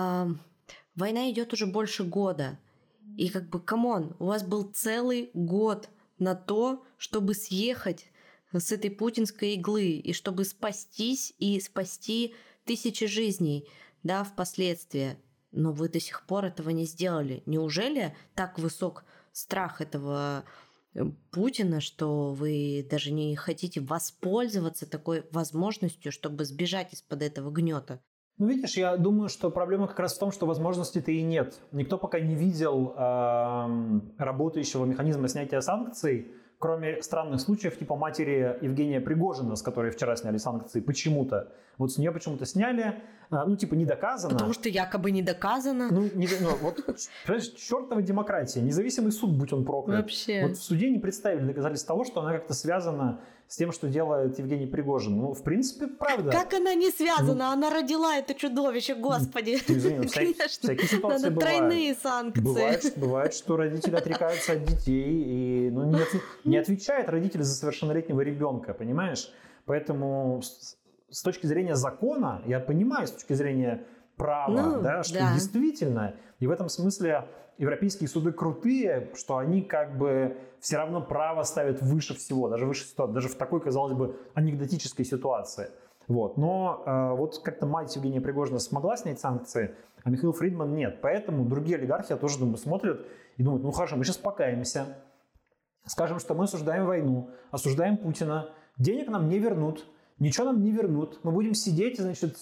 война идет уже больше года. И как бы, камон, у вас был целый год на то, чтобы съехать с этой путинской иглы, и чтобы спастись и спасти тысячи жизней, да, впоследствии. Но вы до сих пор этого не сделали. Неужели так высок страх этого Путина, что вы даже не хотите воспользоваться такой возможностью, чтобы сбежать из-под этого гнета? Видишь, я думаю, что проблема как раз в том, что возможностей-то и нет. Никто пока не видел работающего механизма снятия санкций, кроме странных случаев типа матери Евгения Пригожина, с которой вчера сняли санкции почему-то. Вот с нее почему-то сняли, не доказано. Потому что якобы не доказано. Понимаешь, чертова демократия, независимый суд, будь он проклят. Вообще. Вот в суде не представили доказательств того, что она как-то связана с тем, что делает Евгений Пригожин. В принципе, правда. Как она не связана? Она родила это чудовище, господи. Извини, всякие ситуации бывают. Тройные санкции. Бывает, что родители отрекаются от детей и не отвечает родитель за совершеннолетнего ребенка, понимаешь? Поэтому с точки зрения закона, я понимаю, с точки зрения права, что действительно, и в этом смысле европейские суды крутые, что они как бы все равно право ставят выше всего, даже выше ситуации, даже в такой, казалось бы, анекдотической ситуации. Вот. Но вот как-то мать Евгения Пригожина смогла снять санкции, а Михаил Фридман нет. Поэтому другие олигархи, я тоже думаю, смотрят и думают, ну хорошо, мы сейчас покаемся, скажем, что мы осуждаем войну, осуждаем Путина, денег нам не вернут, ничего нам не вернут, мы будем сидеть, значит,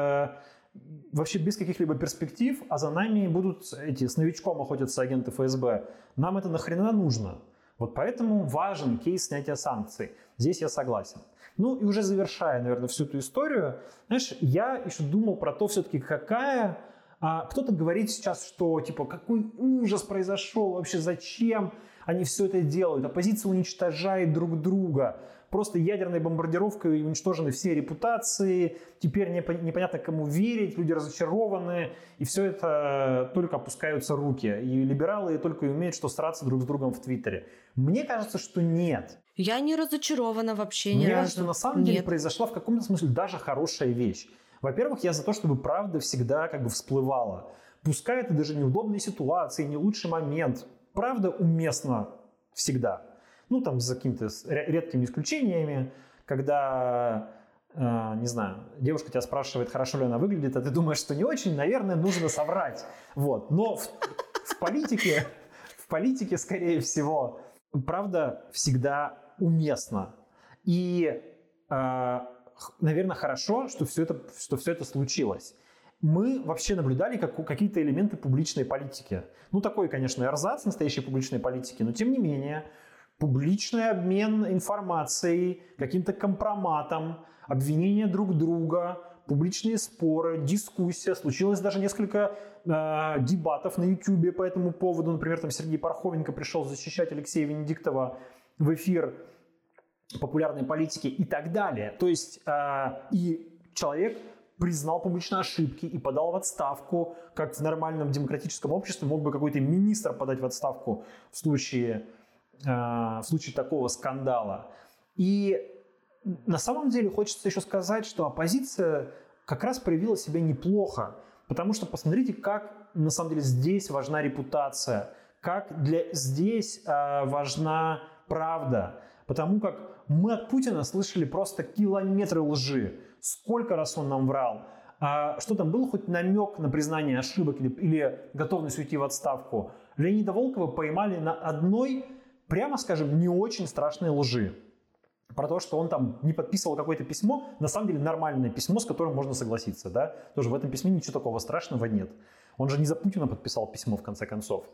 вообще без каких-либо перспектив, а за нами будут с новичком охотятся агенты ФСБ. Нам это нахрена нужно? Вот поэтому важен кейс снятия санкций. Здесь я согласен. Ну и уже завершая, наверное, всю эту историю, знаешь, я еще думал про то все-таки, какая... кто-то говорит сейчас, что типа какой ужас произошел, вообще зачем они все это делают, оппозиция уничтожает друг друга, просто ядерной бомбардировкой уничтожены все репутации, теперь непонятно кому верить, люди разочарованы, и все это только опускаются руки. И либералы только и умеют что сраться друг с другом в Твиттере. Мне кажется, что нет. Я не разочарована вообще ни разу. Мне кажется, что на самом деле произошла в каком-то смысле даже хорошая вещь. Во-первых, я за то, чтобы правда всегда как бы всплывала. Пускай это даже неудобные ситуации, не лучший момент. Правда уместна всегда. Ну, там, за какими-то редкими исключениями, когда, не знаю, девушка тебя спрашивает, хорошо ли она выглядит, а ты думаешь, что не очень, наверное, нужно соврать. Вот. Но в политике, скорее всего, правда всегда уместна. И, наверное, хорошо, что все это случилось. Мы вообще наблюдали какие-то элементы публичной политики. Ну, такой, конечно, эрзац настоящей публичной политики, но тем не менее, публичный обмен информацией, каким-то компроматом, обвинения друг друга, публичные споры, дискуссия. Случилось даже несколько дебатов на YouTube по этому поводу. Например, там Сергей Пархоменко пришел защищать Алексея Венедиктова в эфир популярной политики и так далее. То есть и человек признал публично ошибки и подал в отставку, как в нормальном демократическом обществе мог бы какой-то министр подать в отставку в случае такого скандала. И на самом деле хочется еще сказать, что оппозиция как раз проявила себя неплохо, потому что посмотрите, как на самом деле здесь важна репутация, как здесь важна правда, потому как мы от Путина слышали просто километры лжи. Сколько раз он нам врал. Что там был хоть намек на признание ошибок или готовность уйти в отставку? Леонида Волкова поймали на одной, прямо скажем, не очень страшной лжи. Про то, что он там не подписывал какое-то письмо, на самом деле нормальное письмо, с которым можно согласиться. Да? Тоже в этом письме ничего такого страшного нет. Он же не за Путина подписал письмо, в конце концов.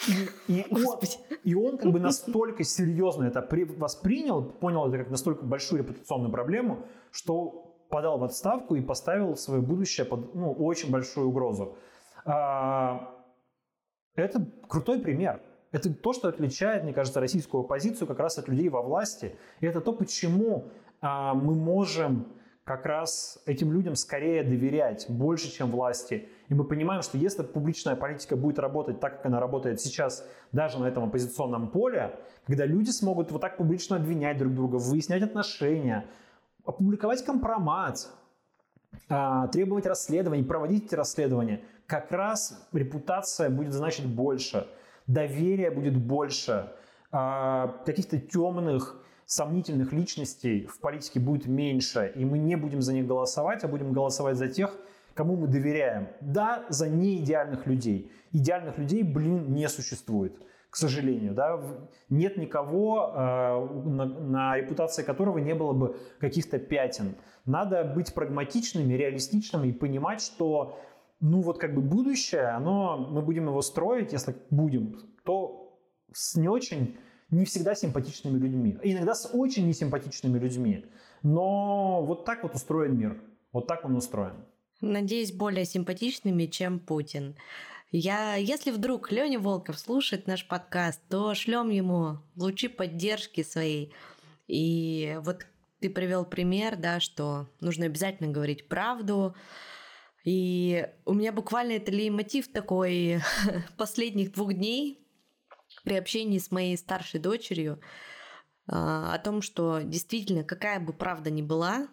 И он как бы настолько серьезно это воспринял, понял это как настолько большую репутационную проблему, что подал в отставку и поставил свое будущее под очень большую угрозу. Это крутой пример. Это то, что отличает, мне кажется, российскую оппозицию как раз от людей во власти. И это то, почему мы можем как раз этим людям скорее доверять, больше, чем власти. И мы понимаем, что если публичная политика будет работать так, как она работает сейчас, даже на этом оппозиционном поле, когда люди смогут вот так публично обвинять друг друга, выяснять отношения, опубликовать компромат, требовать расследований, проводить эти расследования, как раз репутация будет значить больше, доверие будет больше, каких-то темных, сомнительных личностей в политике будет меньше, и мы не будем за них голосовать, а будем голосовать за тех, кому мы доверяем. Да, за неидеальных людей. Идеальных людей, не существует, к сожалению. Да? Нет никого, на репутации которого не было бы каких-то пятен. Надо быть прагматичными, реалистичными и понимать, что будущее, мы будем его строить, если будем, то с не всегда симпатичными людьми. Иногда с очень несимпатичными людьми. Но вот так вот устроен мир. Вот так он устроен. Надеюсь, более симпатичными, чем Путин. Если вдруг Леня Волков слушает наш подкаст, то шлем ему лучи поддержки своей. И вот ты привел пример, да, что нужно обязательно говорить правду. И у меня буквально это лейтмотив такой последних 2 дней при общении с моей старшей дочерью о том, что действительно, какая бы правда ни была,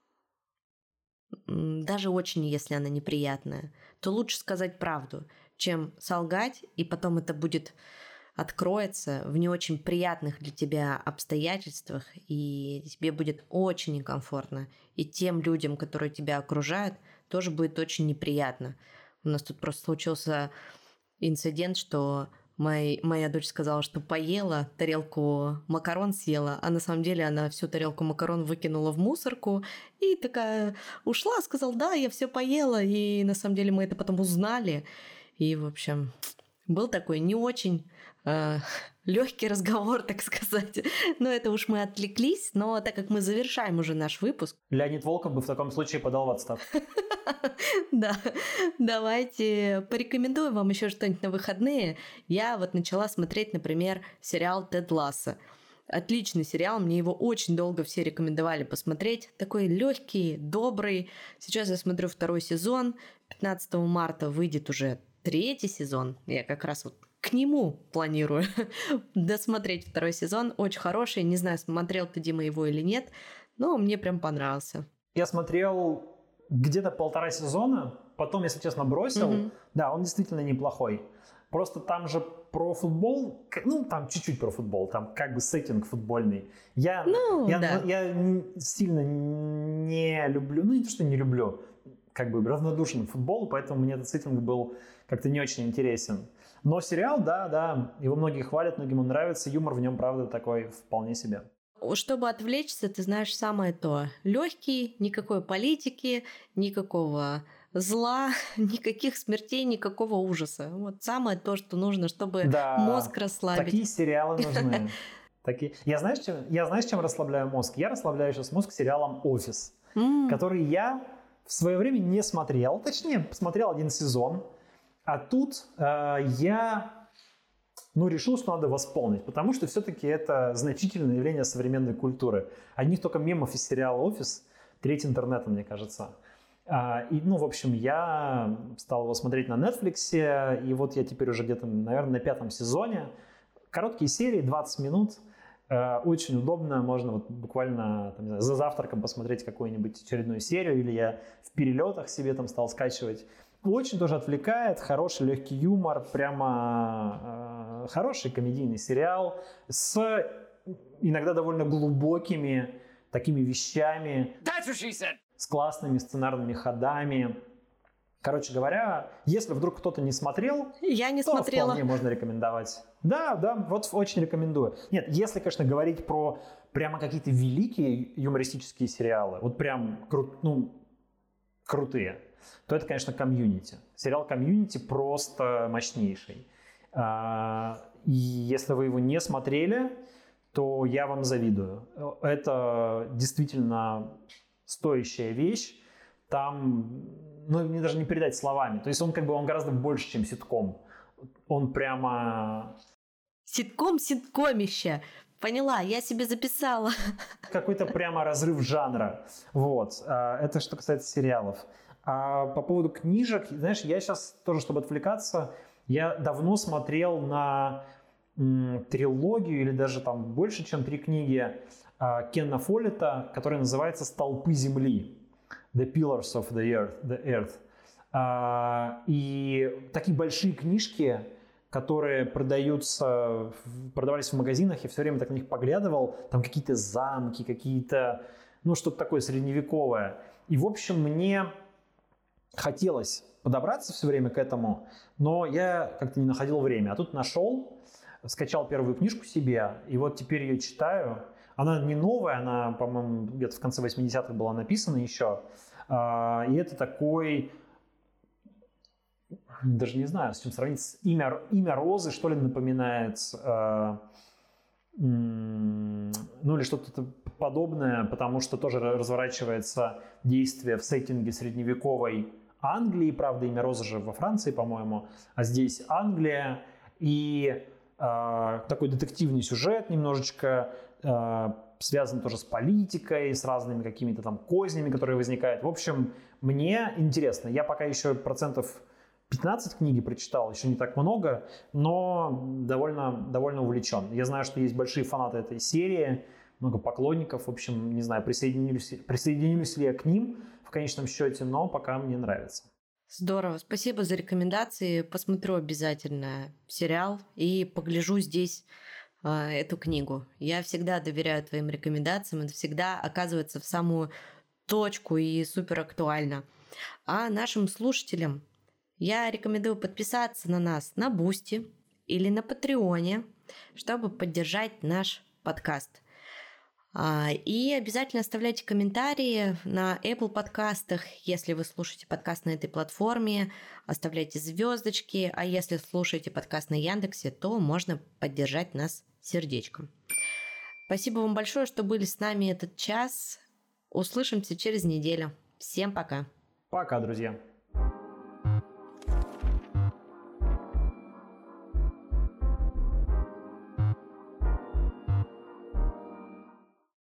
даже очень, если она неприятная, то лучше сказать правду, чем солгать, и потом это будет откроется в не очень приятных для тебя обстоятельствах, и тебе будет очень некомфортно. И тем людям, которые тебя окружают, тоже будет очень неприятно. У нас тут просто случился инцидент, что моя дочь сказала, что поела, тарелку макарон съела, а на самом деле она всю тарелку макарон выкинула в мусорку и такая ушла, сказала, да, я все поела, и на самом деле мы это потом узнали. И, в общем, был такой не очень легкий разговор, так сказать. Но это уж мы отвлеклись, но так как мы завершаем уже наш выпуск... Леонид Волков бы в таком случае подал в отставку. Да, давайте порекомендую вам еще что-нибудь на выходные. Я вот начала смотреть, например, сериал «Тед Лассо». Отличный сериал, мне его очень долго все рекомендовали посмотреть. Такой легкий, добрый. Сейчас я смотрю 2 сезон. 15 марта выйдет уже 3 сезон. Я как раз вот к нему планирую досмотреть 2 сезон. Очень хороший. Не знаю, смотрел ты, Дима, его или нет, но мне прям понравился. Я смотрел где-то 1,5 сезона, потом, если честно, бросил. Да, он действительно неплохой. Просто там же про футбол, ну, там чуть-чуть про футбол, там как бы сеттинг футбольный. Я сильно не люблю, ну, не то, что не люблю, как бы равнодушен к футболу, поэтому мне этот сеттинг был как-то не очень интересен. Но сериал, да, его многие хвалят, многим он нравится, юмор в нем, правда, такой вполне себе. Чтобы отвлечься, ты знаешь самое то. Легкий, никакой политики, никакого зла, никаких смертей, никакого ужаса. Вот самое то, что нужно, чтобы мозг расслабить. Такие сериалы нужны. Я знаешь, чем расслабляю мозг? Я расслабляю сейчас мозг сериалом «Офис», который я в свое время не смотрел. Точнее, посмотрел 1 сезон. А тут я решил, что надо восполнить, потому что все-таки это значительное явление современной культуры. Одних только мемов из сериала «Офис» треть интернета, мне кажется. В общем, я стал его смотреть на Netflix, и вот я теперь уже где-то, наверное, на 5 сезоне. Короткие серии, 20 минут. Очень удобно, можно вот буквально там, не знаю, за завтраком посмотреть какую-нибудь очередную серию, или я в перелетах себе там стал скачивать. Очень тоже отвлекает, хороший легкий юмор, прямо хороший комедийный сериал с иногда довольно глубокими такими вещами, с классными сценарными ходами. Короче говоря, если вдруг кто-то не смотрел, то вполне можно рекомендовать. Да, вот очень рекомендую. Нет, если, конечно, говорить про прямо какие-то великие юмористические сериалы, вот прям крутые, то это, конечно, «Комьюнити». Сериал «Комьюнити» просто мощнейший. И если вы его не смотрели, то я вам завидую. Это действительно стоящая вещь. Там, мне даже не передать словами. То есть он гораздо больше, чем ситком. Он прямо... Ситкомище. Поняла, я себе записала. Какой-то прямо разрыв жанра. Вот. Это что касается сериалов. А по поводу книжек, знаешь, я сейчас тоже, чтобы отвлекаться, я давно смотрел на трилогию, или даже там больше, чем 3 книги Кена Фоллета, которая называется «Столпы земли». The Pillars of the Earth. И такие большие книжки, которые продавались в магазинах, я все время так на них поглядывал, там какие-то замки, какие-то, что-то такое средневековое. И, в общем, мне хотелось подобраться все время к этому, но я как-то не находил время. А тут нашел, скачал первую книжку себе, и вот теперь ее читаю. Она не новая, она, по-моему, где-то в конце 80-х была написана еще. И это такой, даже не знаю, с чем сравнить, имя Розы, что ли, напоминает, или что-то подобное, потому что тоже разворачивается действие в сеттинге средневековой Англии, правда, имя Розы же во Франции, по-моему, а здесь Англия, и такой детективный сюжет немножечко, связан тоже с политикой, с разными какими-то там кознями, которые возникают. В общем, мне интересно. Я пока еще 15% книги прочитал, еще не так много, но довольно увлечен. Я знаю, что есть большие фанаты этой серии, много поклонников. В общем, не знаю, присоединюсь ли я к ним в конечном счете, но пока мне нравится. Здорово, спасибо за рекомендации. Посмотрю обязательно сериал и погляжу здесь эту книгу. Я всегда доверяю твоим рекомендациям, это всегда оказывается в самую точку и супер актуально. А нашим слушателям я рекомендую подписаться на нас на Бусти или на Патреоне, чтобы поддержать наш подкаст. И обязательно оставляйте комментарии на Apple подкастах, если вы слушаете подкаст на этой платформе, оставляйте звездочки, а если слушаете подкаст на Яндексе, то можно поддержать нас сердечком. Спасибо вам большое, что были с нами этот час. Услышимся через неделю. Всем пока. Пока, друзья.